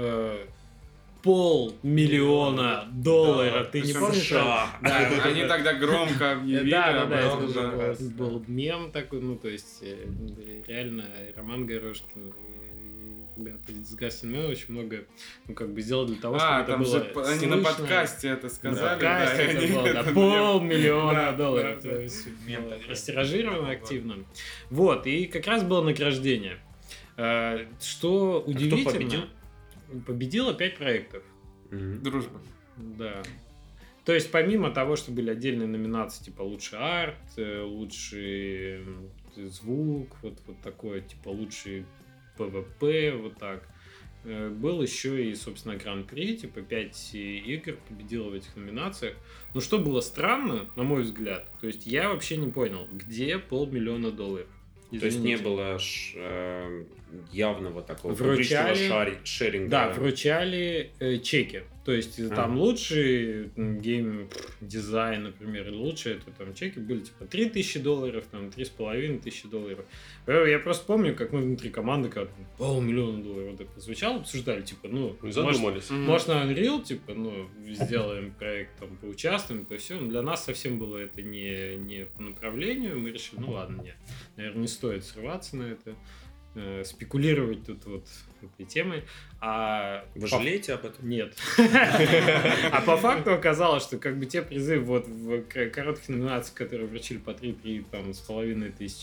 $500 000. Ты не помнишь? Да, они тогда громко объявили. Да, это был мем такой, ну, то есть, реально, Роман Горошкин, ребята из Disgusting Man очень много, ну, как бы сделали для того, чтобы это было же они на подкасте это сказали. На подкасте это было, да, $500 000. То есть, растиражировано активно. Вот, и как раз было награждение. Что удивительно... Кто победил? Победило 5 проектов. Дружба. Да. То есть, помимо того, что были отдельные номинации, типа лучший арт, лучший звук, вот такое, типа лучший ПВП, вот так. Был еще и, собственно, гран-при, типа 5 игр победило в этих номинациях. Но что было странно, на мой взгляд, то есть я вообще не понял, где $500 000. Извините. То есть не было явного такого публичного шеринга. Да, вручали чеки. То есть там лучший гейм-дизайн, например, или лучшие это там чеки были типа $3000, там $3500. Я просто помню, как мы внутри команды, как $500 000 вот это звучало, обсуждали, типа, ну, задумались. Может на Unreal, типа, ну, сделаем проект, там, поучаствуем, то все. Но для нас совсем было это не по направлению. Мы решили, ну ладно, нет, наверное, не стоит срываться на это, спекулировать тут вот этой темой. Вы жалеете об этом? Нет. А по факту оказалось, что как бы те призы вот в коротких номинациях, которые вручили по 3,5 тысячи,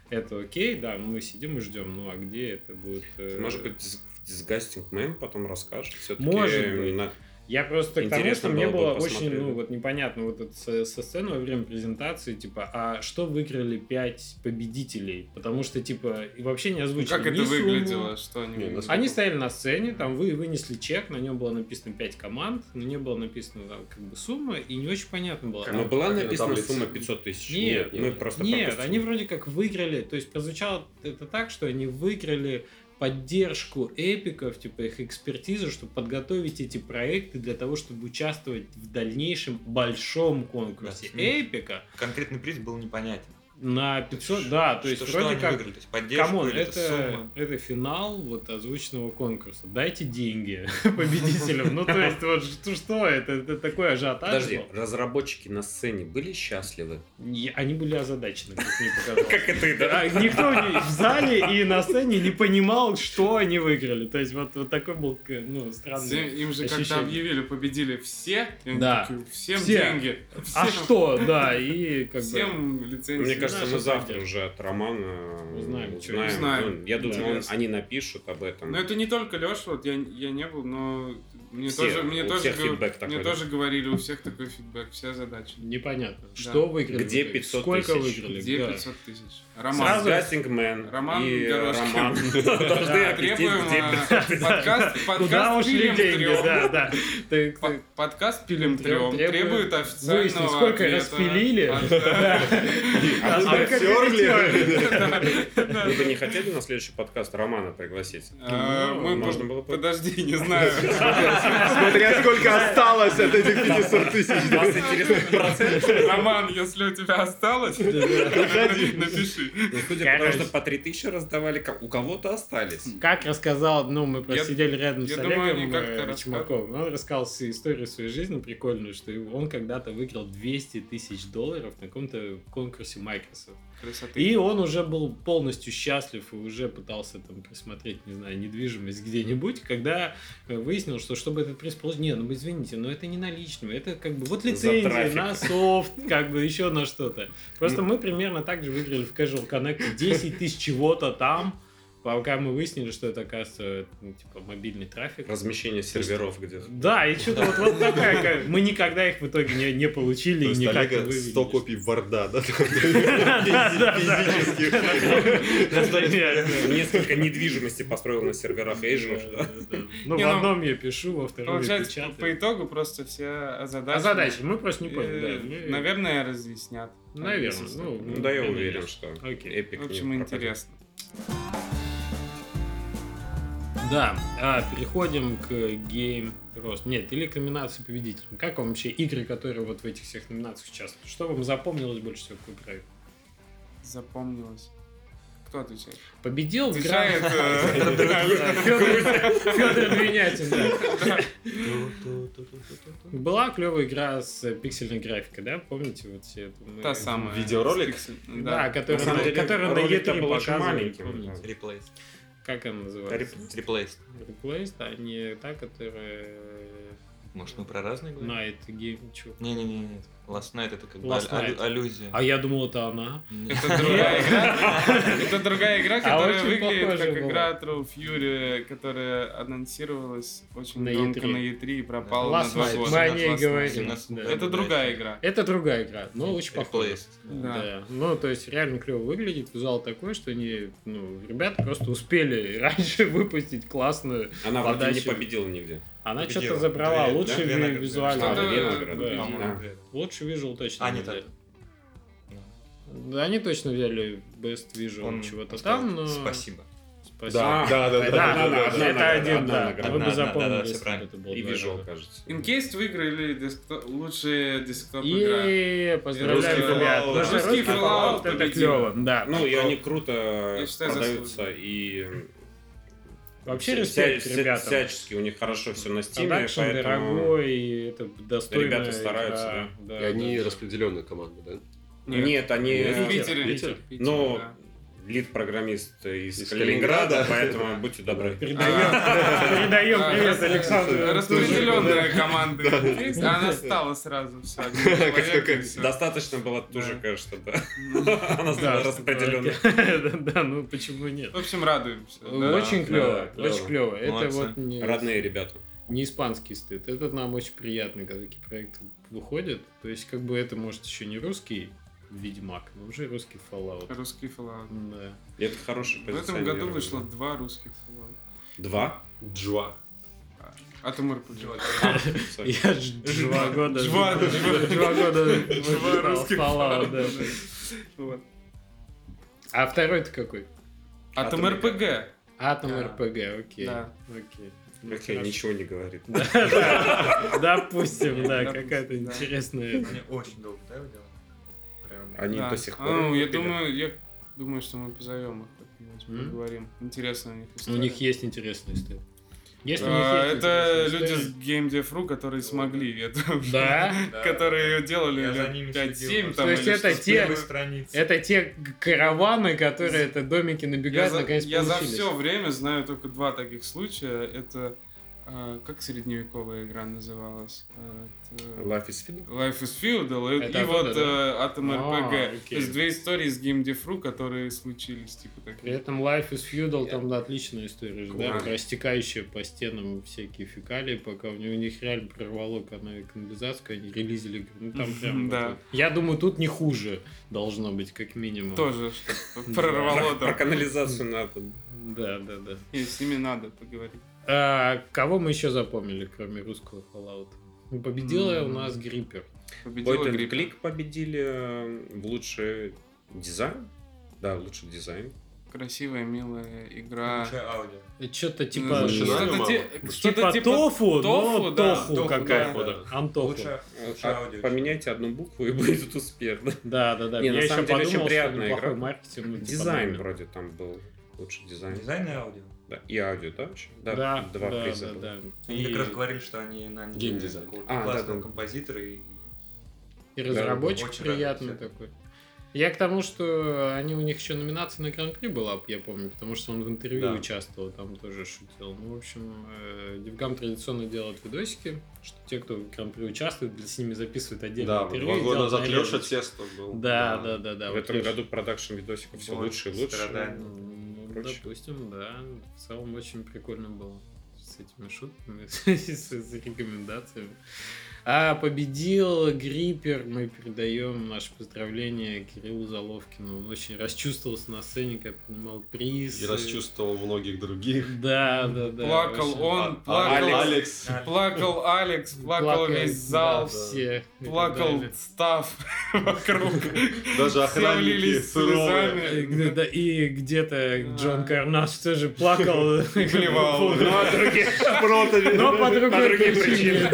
это окей, да, мы сидим и ждем. Ну, а где это будет... Может быть, Disgusting Man потом расскажешь? Все-таки Может быть. Я просто к тому, интересно что мне было бы было очень, посмотреть. ну, вот непонятно вот это со сцены во время презентации, типа, а что выиграли 5 победителей? Потому что, типа, и вообще не озвучили Как это ни сумму. выглядело? Что они... Не, выиграли? Они стояли на сцене, там вынесли чек, на нем было написано 5 команд, на нем было написано там, как бы сумма, и не очень понятно было. Но была Как на написана таблице? сумма 500 тысяч? Нет, мы просто Нет, пропустили. они вроде как выиграли, то есть прозвучало это так, что они выиграли поддержку эпиков, типа их экспертизу, чтобы подготовить эти проекты для того, чтобы участвовать в дальнейшем большом конкурсе Да. эпика Конкретный приз был непонятен. на 500, да, то есть Что вроде они как... выиграли? То есть поддержку Камон, или сумму? это финал вот озвученного конкурса. Дайте деньги победителям. Ну, то есть, вот что это такой ажиотаж. Подожди, был. разработчики на сцене были счастливы? Они были озадачены, как мне показалось. Как и ты, да? Никто в зале и на сцене не понимал, что они выиграли. То есть, вот такой был, ну, странный Им же как-то ощущение. объявили, победили все. И они Да. такие, всем Все. деньги. А всем- что, да, и как бы... Всем лицензии. Мне кажется, наша мы завтра поддержка. уже от Романа Узнаем, что узнаем. узнаем. Ну, я думаю, Интересно. они напишут об этом. Но это не только Леша, вот я не был, но мне Все, тоже, мне у тоже, всех фидбэк такой, мне да? тоже говорили, у всех такой фидбэк, все задачи. Непонятно. Что выиграли? Где в итоге? 500 Сколько тысяч? выиграли? Где Да. 500 тысяч? Роман, Сразу- Disgusting Man Роман и Горошкин. Роман должны объяснить, требуем где 500 тысяч. подкаст Куда ушли «Пилим деньги? трём». Да, да. Ты- Подкаст «Пилим Трём трём» требует официального выяснить, сколько ответа распилили. от- Да. А вы сколько перетерли? Вы бы не хотели на следующий подкаст Романа пригласить? Мы можно было бы. Подожди, не знаю. Смотря сколько осталось от этих 500 тысяч. Вас интересует процент? Роман, если у тебя осталось, напиши. Ну, судя по тому, Короче. что по 3000 раздавали, у кого-то остались. Как рассказал, ну, мы просто Я- сидели рядом с я думаю, Олегом они как-то Чумаковым, он рассказал всю историю своей жизни прикольную, что он когда-то выиграл 200 тысяч долларов на каком-то конкурсе Microsoft. Красоты. И он уже был полностью счастлив и уже пытался там присмотреть, не знаю, недвижимость где-нибудь, когда выяснил, что чтобы этот приз получить, не, ну извините, но это не наличными, это как бы вот лицензия трафик. на софт, как бы еще на что-то. Просто мы примерно так же выиграли в Casual Connect 10 тысяч чего-то там, пока мы выяснили, что это, оказывается, ну, типа мобильный трафик. Размещение серверов где-то. Да, и что-то вот такая, мы никогда их в итоге не получили То и есть никак не Олега вывели. 100 копий Варда, да? Физических. Несколько недвижимости построил на серверах Asian. Да. Ну, Не, в ну, одном я пишу, во втором я Получается, печатаю. по итогу просто все озадачены. Задачи, мы просто не поняли, да. Мы- Наверное, разъяснят. Наверное, Если ну, Ну да, я конечно. уверен, что Окей. Эпик В не общем, пропадет. интересно. Да, переходим к Game Roast. Нет, или к номинации победителям. Как вам вообще игры, которые вот в этих всех номинациях участвуют? Что вам запомнилось больше всего, какой проект? Запомнилось. Кто отвечает? Победил в игра... Отвечает Федор Двинятин, да. Была клевая игра с пиксельной графикой, да? Помните вот все это? Мы- та самая. Видеоролик? Да, На которая самом деле, которая на ролик-то E3 был очень показывали, маленьким, помните? да. Replace. Как она называется? Replace. Replaced, а не та, которая... Может, мы про разные говорим? Night Game, чё? Не-не-не. Last Night это как бы Last Night. аллюзия. А я думал, это она. Нет. Это другая игра. Это другая игра, которая очень выглядит похоже как было. игра True Fury, которая анонсировалась очень На громко E3. на E3 и пропала на Last 2 Night, года. мы о ней Last Night. говорим. 17 Да. Это другая игра. Это другая игра, но очень похожа. Replace. Да. Ну, то есть реально клево выглядит, визуал такой, что они, ну, ребята просто успели раньше выпустить классную Она вроде не подачу. победила нигде. Она Победила. что-то забрала, Две, лучший да? Две награды. визуальный. Что-то, две награды, Да. по-моему. Да. Лучший визуал точно А, не взяли. так. Да, они точно взяли Best Visual Он чего-то сказал, там, но... Спасибо. Спасибо. Да. Да, одна это награда, один, одна да. награда. Вы бы Да, запомнили, да, всё если бы правильно. это было И два визуал, раза. кажется. Incased выиграли лучшая десктоп игра. И поздравляю, Русский ребят. Fallout. Потому что Русский русский Fallout Fallout это победил. клево, да. Ну, и они круто Я считаю, продаются, заслуженно. и Вообще вся- респект вся- ребятам. всячески у них хорошо все на стиме, Продакшн поэтому... дорогой, и это достойная Ребята стараются, игра. да. И они распределенные команды, да? Нет, они... В Питере. Питер. Питер, Ну, да. лид-программист из Калининграда, поэтому будьте добры. Передаем привет Александру. Распределенная команда. Она стала сразу все. Достаточно было тужика, чтобы она стала Да, распределенной. Да, ну почему нет? В общем, радуемся. Очень клево, да, очень клево. Это Молодцы. вот не Родные ребята. не испанский стыд. Это нам очень приятно, когда такие проекты выходят. То есть, как бы это может еще не русский Ведьмак, но уже русский Fallout. Русский Fallout. Да. И это хороший В этом году вышло 2 русских Fallout. 2? Джва. Atom RPG. Я ж 2 года. Два 2 года выпускал русских Fallout, да. Вот. А второй-то какой? Atom RPG. Атом РПГ, окей. Да. Окей. Окей, ничего не говорит. Допустим, да, Допустим, какая-то да. интересная. Мне очень долго, да, вы делали? Прям. Они Да. до сих пор... Ну, я выпили. думаю, что мы позовем их, как-нибудь поговорим. Интересно у них У история. них есть интересная история. Если у них есть Это интересная люди история- с GameDev.ru, которые смогли это уже. Да? Которые делали Я за лет ними 5-7 следил. там. То есть или это что-то. те- Первой страницы. Это те караваны, которые это домики Я набегают, за, наконец я за получились. все время знаю только 2 таких случая. Это как средневековая игра называлась? Это Life is Feudal. Life is Feudal Это и оттуда, вот да? Atom RPG. окей. То есть 2 истории с GameDev.ru, которые случились, типа При такие. этом Life is Feudal, там да, отличная история же, да, Класс. растекающие по стенам всякие фекалии, пока у них реально прорвало канализацию, они релизили игру. Ну там прям... Да. вот. Я думаю, тут не хуже должно быть, как минимум. Тоже что-то прорвало Про там. канализацию надо. Да, да, да. И с ними надо поговорить. А, кого мы еще запомнили, кроме русского Fallout? Победила у нас Гриппер. Победила Point and Гриппер. Click победили в лучший дизайн. Да, лучший дизайн. Красивая, милая игра. Лучшее аудио. Что-то типа... Ну, Машинально что-то мало. что-то Типа тофу, тофу, но да. тофу Тофу, какая-то. да. Антоху. Лучшее аудио. Поменяйте одну букву и будет успех. да? Да, да, да. Не, Я на еще самом деле, очень подумал, что приятная неплохой игра. маркетинг. Дизайн подобный. вроде там был. Лучший дизайн. Дизайн и аудио. Да, и аудио, да, вообще? Да, два да, приза да, было. да. Они И- как раз говорили, что они наняли Геймдизайн. какого-то А, классного да. композитора и И разработчик очень приятный радуется. такой. Я к тому, что они у них еще номинация на Гран-при была, я помню, потому что он в интервью Да. участвовал, там тоже шутил. Ну, в общем, Девгам традиционно делает видосики, что те, кто в Гран-при участвует, с ними записывают отдельное Да, вот интервью. 2 и года делают назад Леша нарезочки. Тесто был. Да, да, да, да. В вот этом Лёша. году продакшн видосиков все Вот, лучше и лучше. страдания. Ну, Короче. допустим, да. В целом очень прикольно было с этими шутками, с рекомендациями. А победил Гриппер. Мы передаем наше поздравление Кириллу Заловкину. Он очень расчувствовался на сцене, как принимал приз. И расчувствовал многих других. Да, да, да. Плакал очень. он, плакал Алекс. Плакал Алекс, плакал весь зал, да, все. и так плакал далее. став вокруг. Даже Все охранники влились суровые. слезами. Да, и где-то Джон Карнаш тоже плакал. Плевал. Но по другой другим причине.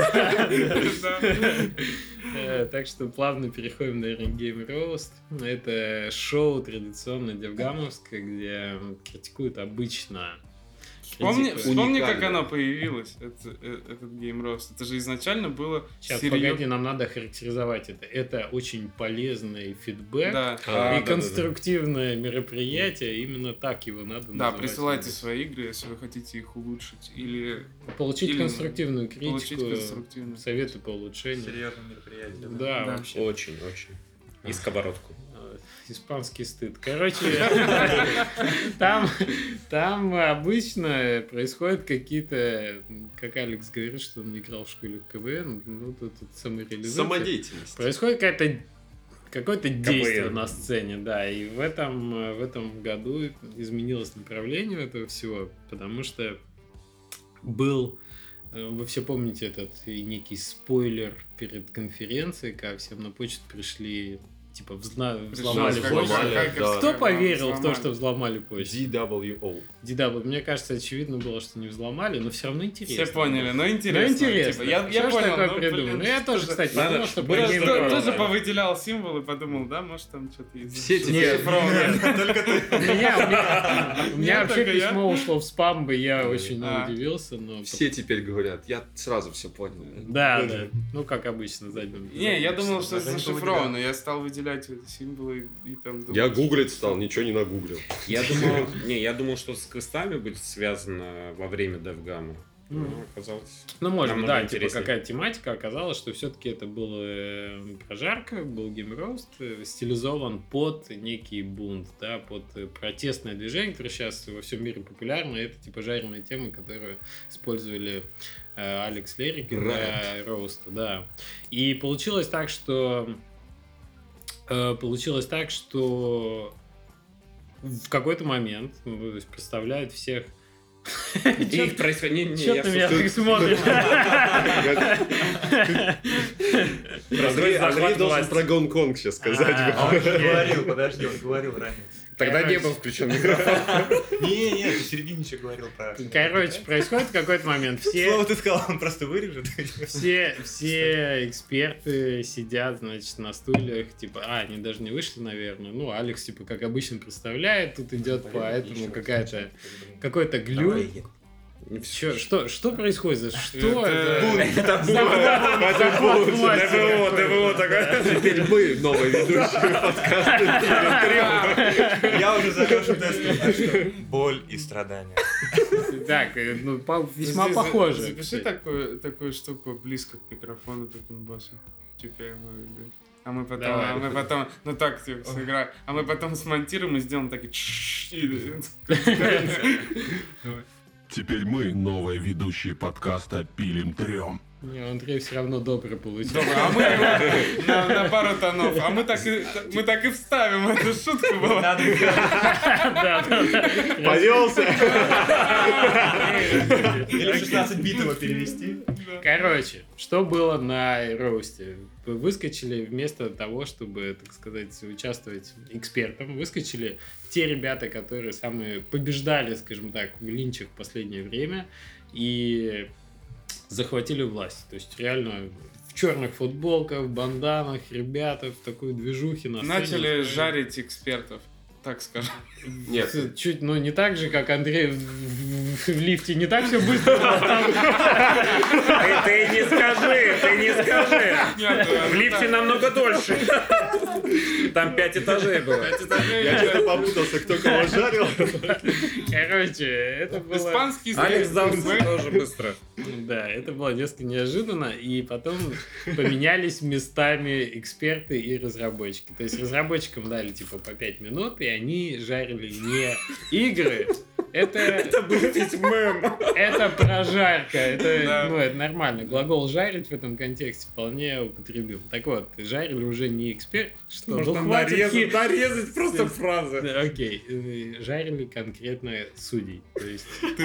Да. Так что плавно переходим на Game Roast. Это шоу традиционно девгамовское, где критикуют обычно. Вспомни, Уникально. как оно появилось, этот Game Roast. Это же изначально было Сейчас, серьезно. погоди, нам надо характеризовать это. Это очень полезный фидбэк Да. и конструктивное мероприятие. Именно так его надо Да, называть. присылайте свои игры, если вы хотите их улучшить. Или Получить или конструктивную получить критику, конструктивную. советы по улучшению. Серьезное мероприятие. Да, Да. вообще. Очень, очень. И сковородку. Испанский стыд. Короче, там обычно происходят какие-то, как Алекс говорит, что он не играл в школе в КВН, ну тут самореализация. Самодеятельность. Происходит какое-то действие КВН. на сцене, да, и в этом году изменилось направление этого всего, потому что был, вы все помните этот некий спойлер перед конференцией, как всем на почту пришли, типа взломали Пришла почту. взломали, хакерская, Кто да, поверил в то, взломали. что взломали почту? DWO. DW, мне кажется, очевидно было, что не взломали, но все равно интересно. Все поняли, но Ну, интересно. интересно. Типа, я Что ж понял, такое ну, придумал? блин, Ну, я тоже, что-то- кстати, Надо, подумал, что было про что- Game Тоже Pro, тоже да. повыделял символы и подумал, да, может там что-то из... Все теперь- Нет, зашифровано. Только ты. У меня Нет, вообще только я. письмо ушло в спам, и я очень А. удивился, но... Все теперь говорят, я сразу все понял. Да, да. Ну, как обычно, задним. Не, я думал, что Даже не зашифровано. Я стал выделять выделять эти символы и там... Я гуглить стал, ничего не нагуглил. Я думал, что с квестами будет связано во время DevGam. Но оказалось... Ну, может быть, намного да, типа интереснее. какая тематика. Оказалось, что все-таки это был прожарка, был геймроуст, стилизован под некий бунт, да, под протестное движение, которое сейчас во всем мире популярно. Это типа жареные темы, которые использовали Алекс Лерик для роуста, да. И получилось так, что в какой-то момент, ну, то есть представляют всех. Их происходит... Чё ты меня так смотришь? Андрей должен про Гонконг сейчас сказать. Он уже говорил, подожди, он говорил ранее. Тогда не был включен микрофон. Не, ты в середине еще говорил про... Короче, происходит в какой-то момент. Слово ты сказал, он просто вырежет. Все эксперты сидят, значит, на стульях, типа, они даже не вышли, наверное. Ну, Алекс, типа, как обычно представляет, тут идет поэтому какой-то глюк. Что происходит? Что это? ДВО такое. Теперь мы новые ведущие подкаста. Я уже закончил тест. Боль и страдания. Так, ну, весьма похоже. Запиши такую штуку близко к микрофону, таким басом. Теперь мы... А мы потом, ну так, типа, сыграем. А мы потом смонтируем и сделаем такие... Теперь мы, новые ведущие подкаста, пилим трем. Не, Андрей все равно добрый получил. А мы его на пару тонов. А мы так и вставим эту шутку. Надо сделать. Повелся. Или 16 битово перевести. Короче, что было на роусте? Выскочили вместо того, чтобы, так сказать, участвовать экспертом, выскочили те ребята, которые самые побеждали, скажем так, в линчах в последнее время и захватили власть. То есть реально в черных футболках, в банданах, ребята в такой движухе на сцене. Начали жарить экспертов, так скажем. Нет. Чуть, ну не так же, как Андрей в лифте, не так все быстро. Ты не скажи. В лифте намного дольше. Там 5 этажей было. Я что-то попутался, кто кого жарил. Короче, это было... Испанский Алекс сдался тоже быстро. Да, это было несколько неожиданно, и потом поменялись местами эксперты и разработчики. То есть разработчикам дали типа по 5 минут, и они жарили не игры. Это был ведь мем. Это прожарка. Это нормально. Глагол жарить в этом контексте вполне употребим. Так вот, жарили уже не эксперт, что Можно нарезать просто фразы. Окей, жарили конкретно судей. То есть... Ты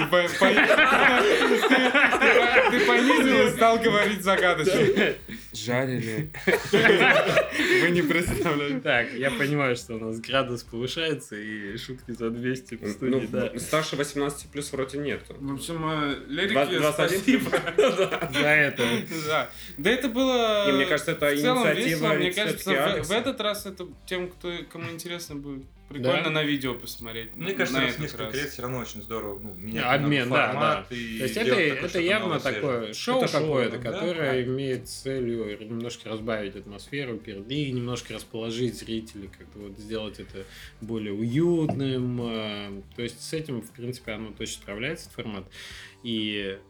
понизил и стал говорить загадочно. Жарили. Вы не представляете. Так, я понимаю, что у нас градус повышается, и шутки за 200 в студии, да. Старше 18 плюс вроде нету. В общем, Лерике 21. спасибо. За это. Да, это было... И мне кажется, это в целом инициатива весело. Мне экспертки кажется, Алекса. в этот раз это тем, кому интересно будет прикольно Да. на видео посмотреть. Мне кажется, на раз в этот несколько раз. лет все равно очень здорово менять Обмен, да, формат да. и То есть делать такое это что-то явно новое, такое свежее. шоу Это шоу, какое-то, да, которое да. имеет целью немножко разбавить атмосферу и немножко расположить зрителей, как-то вот сделать это более уютным. То есть с этим, в принципе, оно точно справляется, этот формат. И...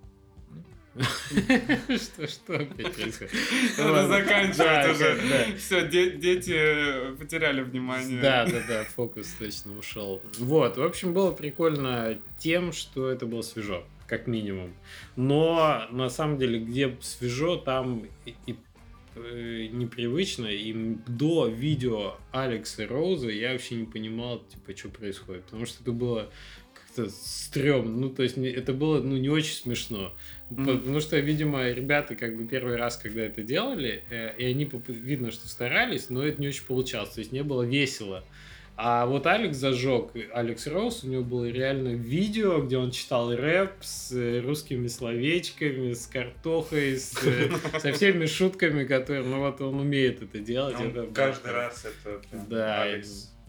Что опять происходит? Надо заканчивать уже. Да. Все, дети потеряли внимание. Да, фокус точно ушел. Вот, в общем, было прикольно тем, что это было свежо, как минимум. Но, на самом деле, где свежо, там и непривычно, и до видео Алекса Роуза я вообще не понимал, типа, что происходит, потому что это было как-то стрёмно, ну, то есть это было, ну, не очень смешно, потому что, видимо, ребята как бы первый раз, когда это делали, и они, видно, что старались, но это не очень получалось, то есть не было весело. А вот Алекс зажег, Алекс Роуз, у него было реально видео, где он читал рэп с русскими словечками, с картохой, со всеми шутками, которые, ну вот он умеет это делать. Он это каждый раз это да, Алекс.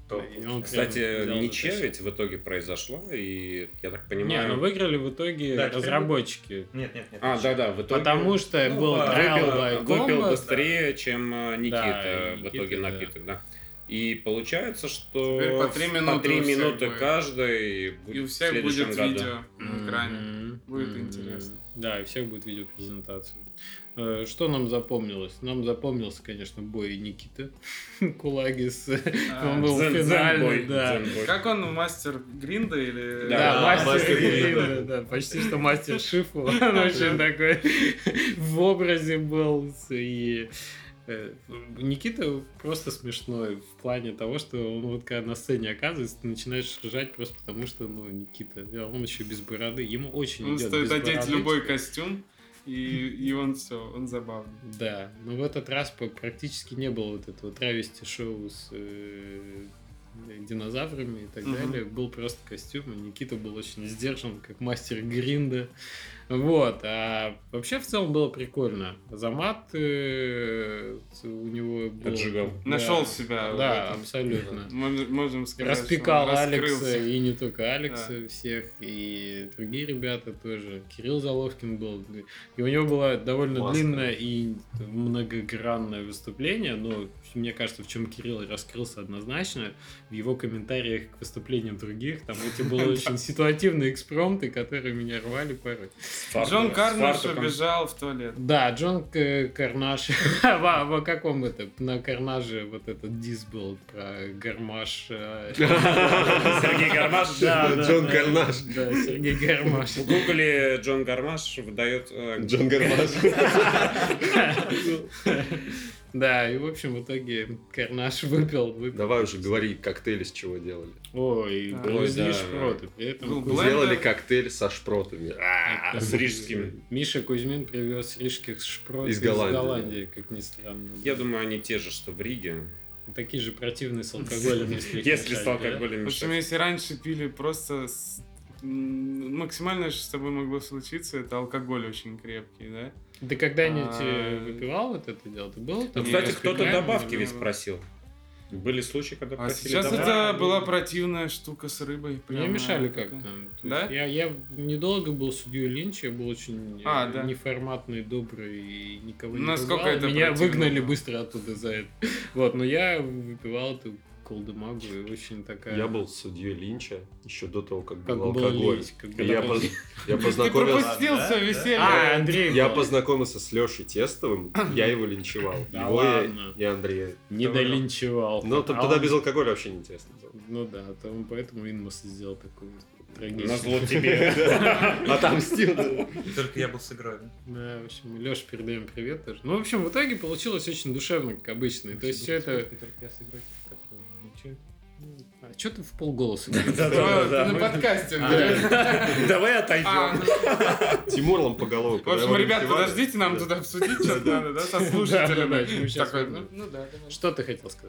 И он Кстати, прям взял ничья затащил. ведь в итоге произошла, и я так Не, понимаю... ну выиграли в итоге Да, 4 разработчики. Нет. да, в итоге... Потому что Ну, был trial by выпил combat. быстрее, чем Никита Да, и в Никита, итоге да. напиток, да. И получается, что Теперь по 3 минуты по 3 у всех минуты будет. каждый И будет у в всех следующем будет году. видео на экране. Будет Мгм. интересно. Да, и у всех будет видеопрезентация. Что нам запомнилось? Нам запомнился, конечно, бой Никиты Кулаги с... Он был финальный, да. Дзен-бой. Как он, мастер Гринда или... Да, Да, мастер мастер Гринда, да, почти что мастер Шифу. Он очень такой в образе был. И Никита просто смешной в плане того, что он вот когда на сцене оказывается, ты начинаешь ржать просто потому, что, ну, Никита, он еще без бороды, ему очень Он идет стоит без одеть бороды. любой костюм, и он все, он забавный. Да, но в этот раз практически не было вот этого травести-шоу с динозаврами и так Мгм. далее. Был просто костюм, и Никита был очень сдержан, как мастер Гринда. Вот, а вообще в целом было прикольно. Азамат у него был... Отжигал. Да. Нашел себя. в Да, этом. абсолютно. Можем сказать, Распекал что он Алекса, раскрылся. и не только Алекса, всех, и другие ребята тоже. Кирилл Заловкин был. И у него было довольно Маска. длинное и многогранное выступление, но мне кажется, в чем Кирилл и раскрылся однозначно, в его комментариях к выступлениям других, там эти были очень ситуативные экспромты, которые меня рвали порой. Джон С Карнаш фартуком. убежал в туалет. Да, Джон Карнаш. В каком это? На Карнаже вот этот дис был про гармаш. Сергей Гармаш. Да, Джон да, Карнаш. Да, Сергей Гармаш. В гугле Джон Гармаш выдает... Джон Гармаш. Да, и в общем в итоге Карнаш выпил. Давай уже говори, коктейли с чего делали. Ой, Да. привезли Ой, да. шпроты. При этом Был Кузьмин- Блендер. Сделали коктейль со шпротами. с рижскими. Миша Кузьмин привез рижских шпрот Из из Голландии. Голландии, как ни странно. Я думаю, они те же, что в Риге. Такие же противные с алкоголем, если их Если мешать, с да? алкоголем В общем, мешать. если раньше пили просто... Максимальное, что с тобой могло случиться, это алкоголь очень крепкий, да? Ты когда-нибудь А, выпивал вот это дело? Ты был Ну, там? кстати, Нет, кто-то реально? добавки ведь ну, просил. Были случаи, когда А просили сейчас добавки. это да, была да. противная штука с рыбой. Мне прямо мешали такая. как-то. То Да? есть я недолго был судьей Линча, я был очень А, да. неформатный, добрый и никого не Насколько ругал. это Меня противно выгнали было? быстро оттуда за это. Вот, но я выпивал эту колдымагу и очень такая... Я был судьей Линча еще до того, как как был был алкоголь. Линч, как И бы я такой- я Ты познакомился... пропустил Да, все да. веселье. А, Андрей Я был. познакомился с Лешей Тестовым, я его линчевал. Да Его ладно. и Андрея. Не долинчевал. Ну, А тогда он- без алкоголя вообще не интересно было. Ну да, там поэтому Инмос сделал такую трагичную. Назло тебе. Отомстил. Только я был с игрой, да? Да, в общем, Лёше передаем привет тоже. Ну, в общем, в итоге получилось очень душевно, как обычно. И то есть все это... Только я с игрой, который молчит. А что ты в полголоса говоришь? Ты на подкасте. да. Давай отойдем. А, Тимур Лампоголовый. В общем, ребят, подождите, нам тут обсудить что-то надо, да, со Да, слушателями. мы щас Такой, вот- ну да, давай. Что ты хотел сказать?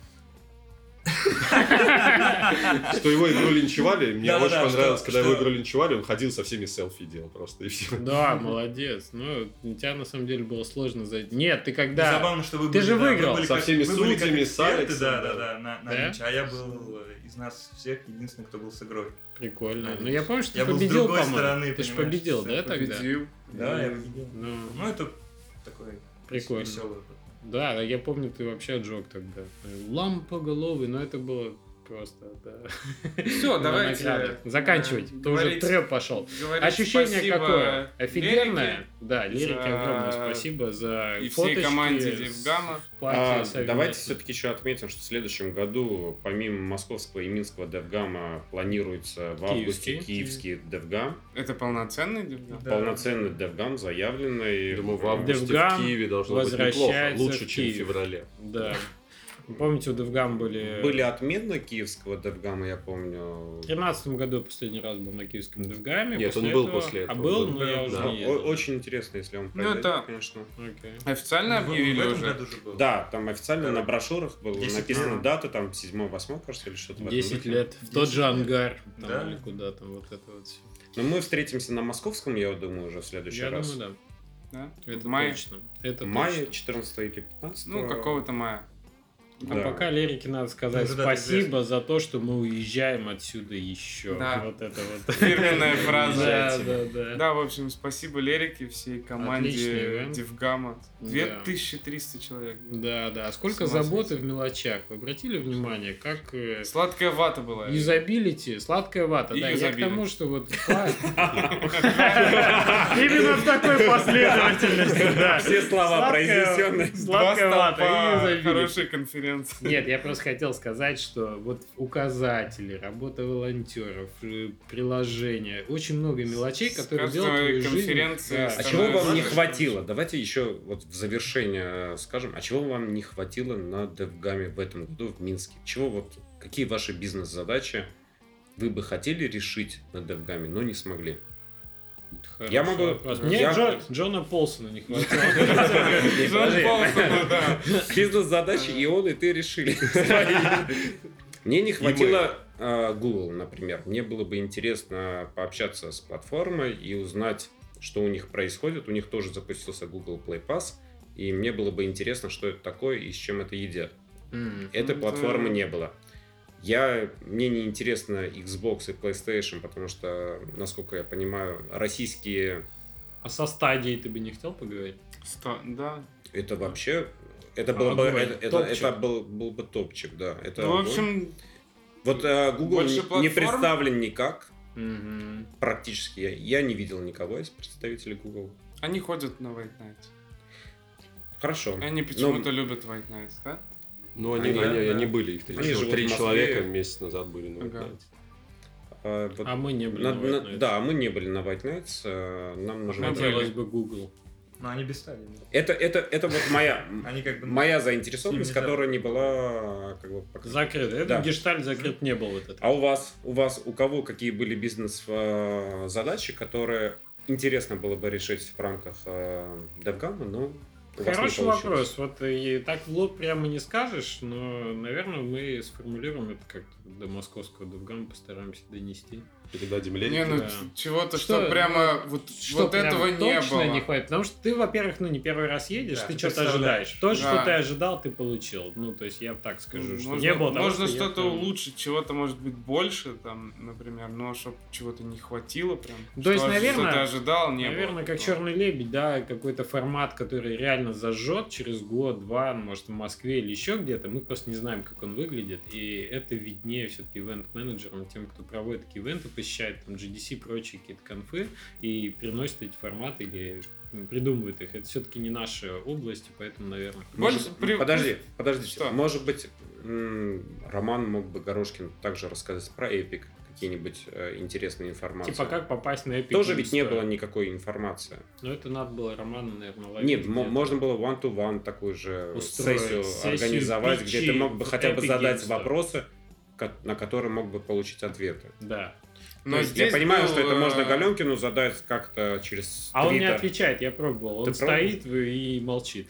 Что его игру линчевали. Мне Да-да-да, очень понравилось, что- когда его что- игру линчевали, он ходил со всеми селфи делал просто, и все. Да, молодец. Ну, у тебя на самом деле было сложно зайти. Нет, ты Да. когда... Забавно, что вы Ты же были, да, выиграл. вы были Со как- всеми вы были как судьями, с эксперты, Алексом, Да, да. да, да, на Да? Линча. А я был из нас всех единственный, кто был с игрой. Прикольно. Да, Ну, я помню, что я ты был с победил, другой по-моему. стороны, Ты же понимаешь, победил, да, я тогда? Победил. Да, я победил. Ну, Ну, это такой Прикольно. веселый. да, я помню, ты вообще отжег тогда. Лампоголовый, но это было просто, да. Все, давайте. Награды. Заканчивать. Ты уже говорить- треп пошел. говорить Ощущение спасибо какое? Офигенное. Лерике Да, Лерике за- огромное спасибо за и всей фоточки команде с Девгама. платья совместно. Давайте все-таки еще отметим, что в следующем году, помимо московского и минского DevGam, планируется в августе Киевский. киевский DevGam. Это полноценный Девгам? Да. Полноценный DevGam заявленный. Думаю, в августе Девгам в Киеве должно быть неплохо. возвращается Лучше, в чем в Киев. феврале. Да. Помните, у Девгам были... Были отмены киевского DevGam, я помню. В 2013 году я последний раз был на киевском Девгаме. Нет, он был после этого. А был, Да. но я уже Да. не ездил. Очень интересно, если он Ну, произойдет, это- конечно. Окей. Официально объявили в этом уже? году же был. Да, там официально Да. на брошюрах было 10 написана лет. дата, там 7-8, кажется, или что-то в этом 10 духе. лет. В тот 10 же лет. ангар. Там, Да. или куда там, вот это вот все. Но мы встретимся на московском, я думаю, уже в следующий Я раз. думаю, да. Да? Это В мае? точно. Это В мае, точно. 14 или 15. Ну, какого-то мая. А пока Лерике надо сказать Ну, да, спасибо за то, что мы уезжаем отсюда еще. Да. Вот это вот. Фирменная фраза. Да. Да, в общем, спасибо Лерике, всей Отличный команде ивент. Девгама. Да. 2300 человек. Да. А сколько С ума заботы сойти. в мелочах. Вы обратили внимание, как Сладкая вата была. юзабилити, сладкая вата. И Да, я к юзабилити. тому, что вот... Именно в такой последовательности, да. Все слова произнесенные. Сладкая вата и юзабилити. Хорошая конференция. Нет, я просто хотел сказать, что вот указатели, работа волонтеров, приложения, очень много мелочей, которые С делают каждой твою жизнь. конференции Да. А чего вам не становится хватило? Давайте еще вот в завершение скажем. А чего вам не хватило на DevGam'е в этом году в Минске? Чего вот, какие ваши бизнес-задачи вы бы хотели решить на DevGam'е, но не смогли? Хороший Я могу- вопрос. Мне я- Джона Полсона не хватило. Джон Полсон, да. Бизнес-задачи и он, и ты решили. Мне не хватило Google, например. Мне было бы интересно пообщаться с платформой и узнать, что у них происходит. У них тоже запустился Google Play Pass. И мне было бы интересно, что это такое и с чем это едят. Этой Ну, платформы это- не было. Мне не интересно Xbox и PlayStation, потому что, насколько я понимаю, российские А со стадией ты бы не хотел поговорить? Да. это вообще... Это был бы, огонь. Топчик. это был бы топчик, да. Это Ну, в огонь. общем, Вот Google больше не платформ? представлен никак. Мгм. Практически. Я не видел никого из представителей Google. они ходят на White Night. Хорошо. Они почему-то любят White Night, да? Ну, Они- они были, их Они живут в три Москве. человека месяц назад были на Ага. White Вот А мы не были на White Night. да, мы не были на White Nights. Нам нужно... Мы Хотелось бы Google. Но они без стадии. Это вот Они как бы... моя заинтересованность, С ними которая не была как бы Закрыт. Этот Да. гештальт закрыт не был в этот. А у кого какие были бизнес-задачи, которые интересно было бы решить в рамках DevGam'а, но у вас не Хороший получилось? вопрос. Вот и так в лоб прямо не скажешь, но, наверное, мы сформулируем это как-то до московского DevGam'а, постараемся донести. Передадим Лене. Не, ну Да. чего-то, Что, что прямо вот прям этого не точно было. не хватит. Потому что ты, во-первых, не первый раз едешь, Да, ты ты что-то представляешь. ожидаешь. То, Да. что ты ожидал, ты получил. Ну, то есть я так скажу, что не было того, можно что я что-то прям- улучшить, чего-то может быть больше, там, например, но чтобы чего-то не хватило прям. То есть, что наверное, ты ожидал, не наверное, было. как «Черный лебедь», да, какой-то формат, который реально зажжет через год-два, может, в Москве или еще где-то. Мы просто не знаем, как он выглядит. И это виднее все-таки ивент-менеджерам, тем, кто проводит такие ивенты, посещает там GDC и прочие какие-то конфы и приносит эти форматы или придумывает их. Это все-таки не наша область, и поэтому, наверное... Больше при- Подождите. Что? Может быть, Роман мог бы Горошкин также рассказать про Epic, какие-нибудь интересные информации. Типа, как попасть на Epic Тоже Games ведь не Store. было никакой информации. Но это надо было Роману, наверное, ловить. Нет, где-то. можно было one-to-one такую же Устроить сессию сессию организовать, где питчи ты мог бы в хотя бы Epic задать Games Store. вопросы, на которые мог бы получить ответы. Да. Но То есть здесь я понимаю, был, что это можно Галенкину задать как-то через А он не Twitter. отвечает, я пробовал. Он Ты стоит и молчит.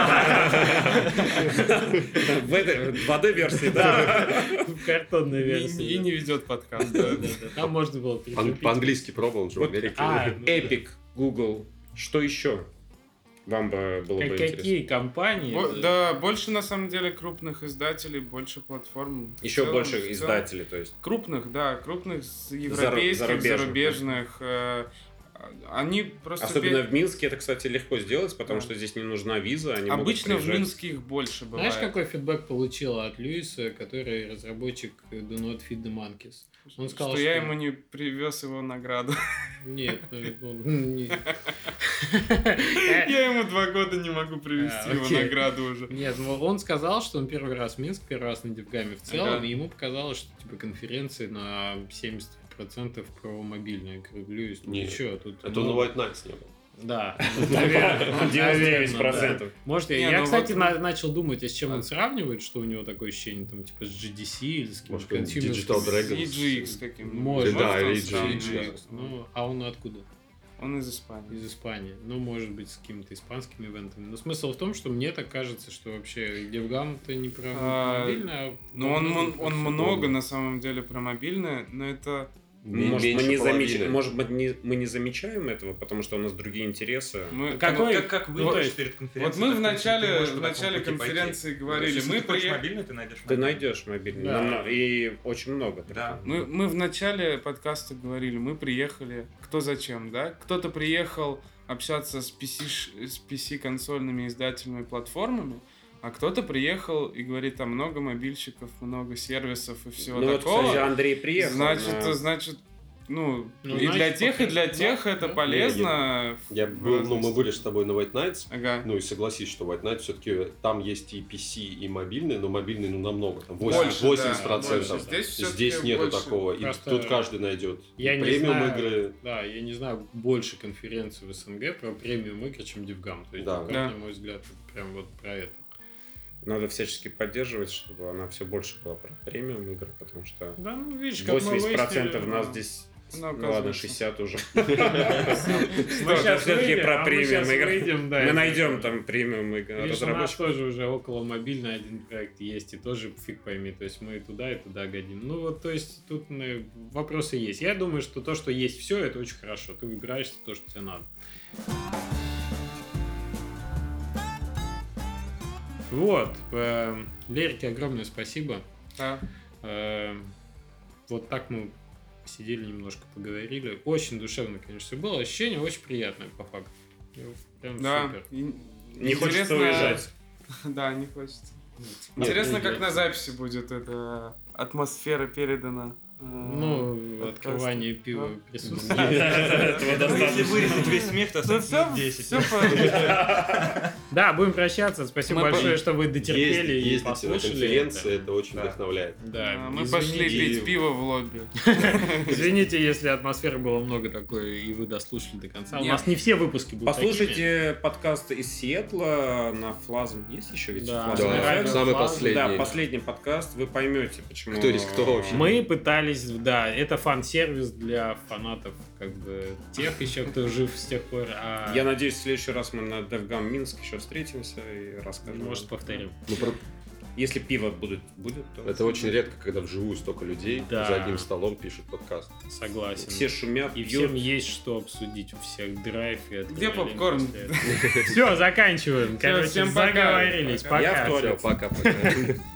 В этой 2D-версии, да? В картонной И версии. не ведет подкаст. Да, да. да, да. Там можно было прикрепить. По-английски пробовал, он же в Вот, Америке. ну да. Epic, Google, что еще вам бы было бы интересно? Какие компании? Да, больше на самом деле крупных издателей, больше платформ. В Еще целом, больше в целом. издателей, то есть. Крупных, да, крупных европейских, зарубежных. зарубежных. Они просто... Особенно в Минске это, кстати, легко сделать, потому Да. что здесь не нужна виза. Они могут Обычно в приезжать. Минске их больше бывает. Знаешь, какой фидбэк получила от Льюиса, который разработчик Do Not Feed the Monkeys? Он сказал, что я ему не привез его награду. Нет, не- Я ему 2 года не могу привезти его окей. награду уже. Нет, ну, он сказал, что он первый раз в Минск, первый раз на DevGam'е в целом, Ага. и ему показалось, что типа конференции на 70% про мобильную. Я говорю, Льюис, ну Нет, чё, тут... Это он на White Nights не был. Да, наверное, 99%. Может, Не, я, ну кстати, вот- начал думать, а с чем он сравнивает, что у него такое ощущение, там, типа, с GDC или с Может, каким-то какой-нибудь Consumer Digital Dragons. EGX каким-нибудь. Может, Да, он EGX, сам? GDX. Ну, а он откуда? Он из Испании. Из Испании. Ну, может быть, с какими-то испанскими ивентами. Но смысл в том, что мне так кажется, что вообще DevGam-то не про А, мобильное, а Ну, про он много много на самом деле про мобильное, но это Может, мы половины. мы не замечаем этого, потому что у нас другие интересы. Как вы Вот- перед Вот конференцией? мы в так, начале, ты можешь по в начале такому пути конференции пойти. говорили, Если мы ты хочешь приехали... мобильный, ты найдешь Ты мобильный. найдешь мобильный. Да. И очень много. Да. Мы в начале подкаста говорили, мы приехали, кто зачем, да? Кто-то приехал общаться с PC-консольными издательными платформами, а кто-то приехал и говорит, там много мобильщиков, много сервисов и всего Ну вот, такого. кстати, Андрей приехал. Значит, ну и значит, для тех, и для тех это да. полезно. Мы были с тобой на White Nights. Ага. Ну и согласись, что White Night все-таки там есть и PC, и мобильный, но мобильный намного, там 80%. Больше, да, 80%. больше. Здесь всё-таки Здесь нету больше. такого. И Просто тут каждый найдет Я и не премиум знаю, игры. Да, я не знаю больше конференций в СНГ про премиум игры, чем DevGam. То есть, Да. DevGam, Да. на мой взгляд, это прям вот про это. Надо всячески поддерживать, чтобы она все больше была про премиум игры, потому что Да, ну видишь, как мы 80% выяснили, нас да. здесь... Ну, Ну ладно, оказывается. 60 уже. Мы Это все-таки про премиум игры. выйдем, да, Мы и- найдем там премиум игры. Видишь, у нас Разработчиков. тоже уже около мобильный один проект есть, и тоже фиг пойми, то есть мы и туда годим. Ну вот, то есть тут вопросы есть. Я думаю, что то, что есть все, это очень хорошо. Ты выбираешь то, что тебе надо. Вот. Лерике огромное спасибо. Да. Вот так мы сидели немножко, поговорили. Очень душевно, конечно, все было. Ощущение очень приятное, по факту. Прям Да. супер. И Не хочется интересно- уезжать. Да, не хочется. Нет, Интересно, не как идет. на записи будет эта атмосфера передана. Ну, подкаста. открывание пива Да. присутствует. Этого Ну, если достаточно. вырезать весь смех, то Ну, останется все, 10. Да, будем прощаться. Спасибо Мы большое, что вы дотерпели и Ездите на послушали. конференции, это. это очень Да. вдохновляет. Да, мы пошли извините, пить пиво в лобби. Извините, если атмосферы было много такой, и вы дослушали до конца. У Нет. нас не все выпуски будут такими. Послушайте подкасты из Сиэтла на Флазм. Есть еще ведь Да, Флазм? да, FM? самый Флазм. последний. Да, последний подкаст. Вы поймете, почему... Кто рискнул вообще? Мы пытались, да, это фан-сервис для фанатов, как бы, тех еще, кто жив с тех пор. Я надеюсь, в следующий раз мы на DevGam Минск еще встретимся и расскажем. Может, повторим. Ну, Если пиво будет, то... это очень редко, когда вживую столько людей Да. за одним столом пишут подкаст. Согласен. Все шумят, И пьют. всем есть что обсудить, у всех драйв и Где попкорн? Все, заканчиваем. Короче, всем пока. заговорились. Пока. Я в Пока. туалет. Все, пока-пока.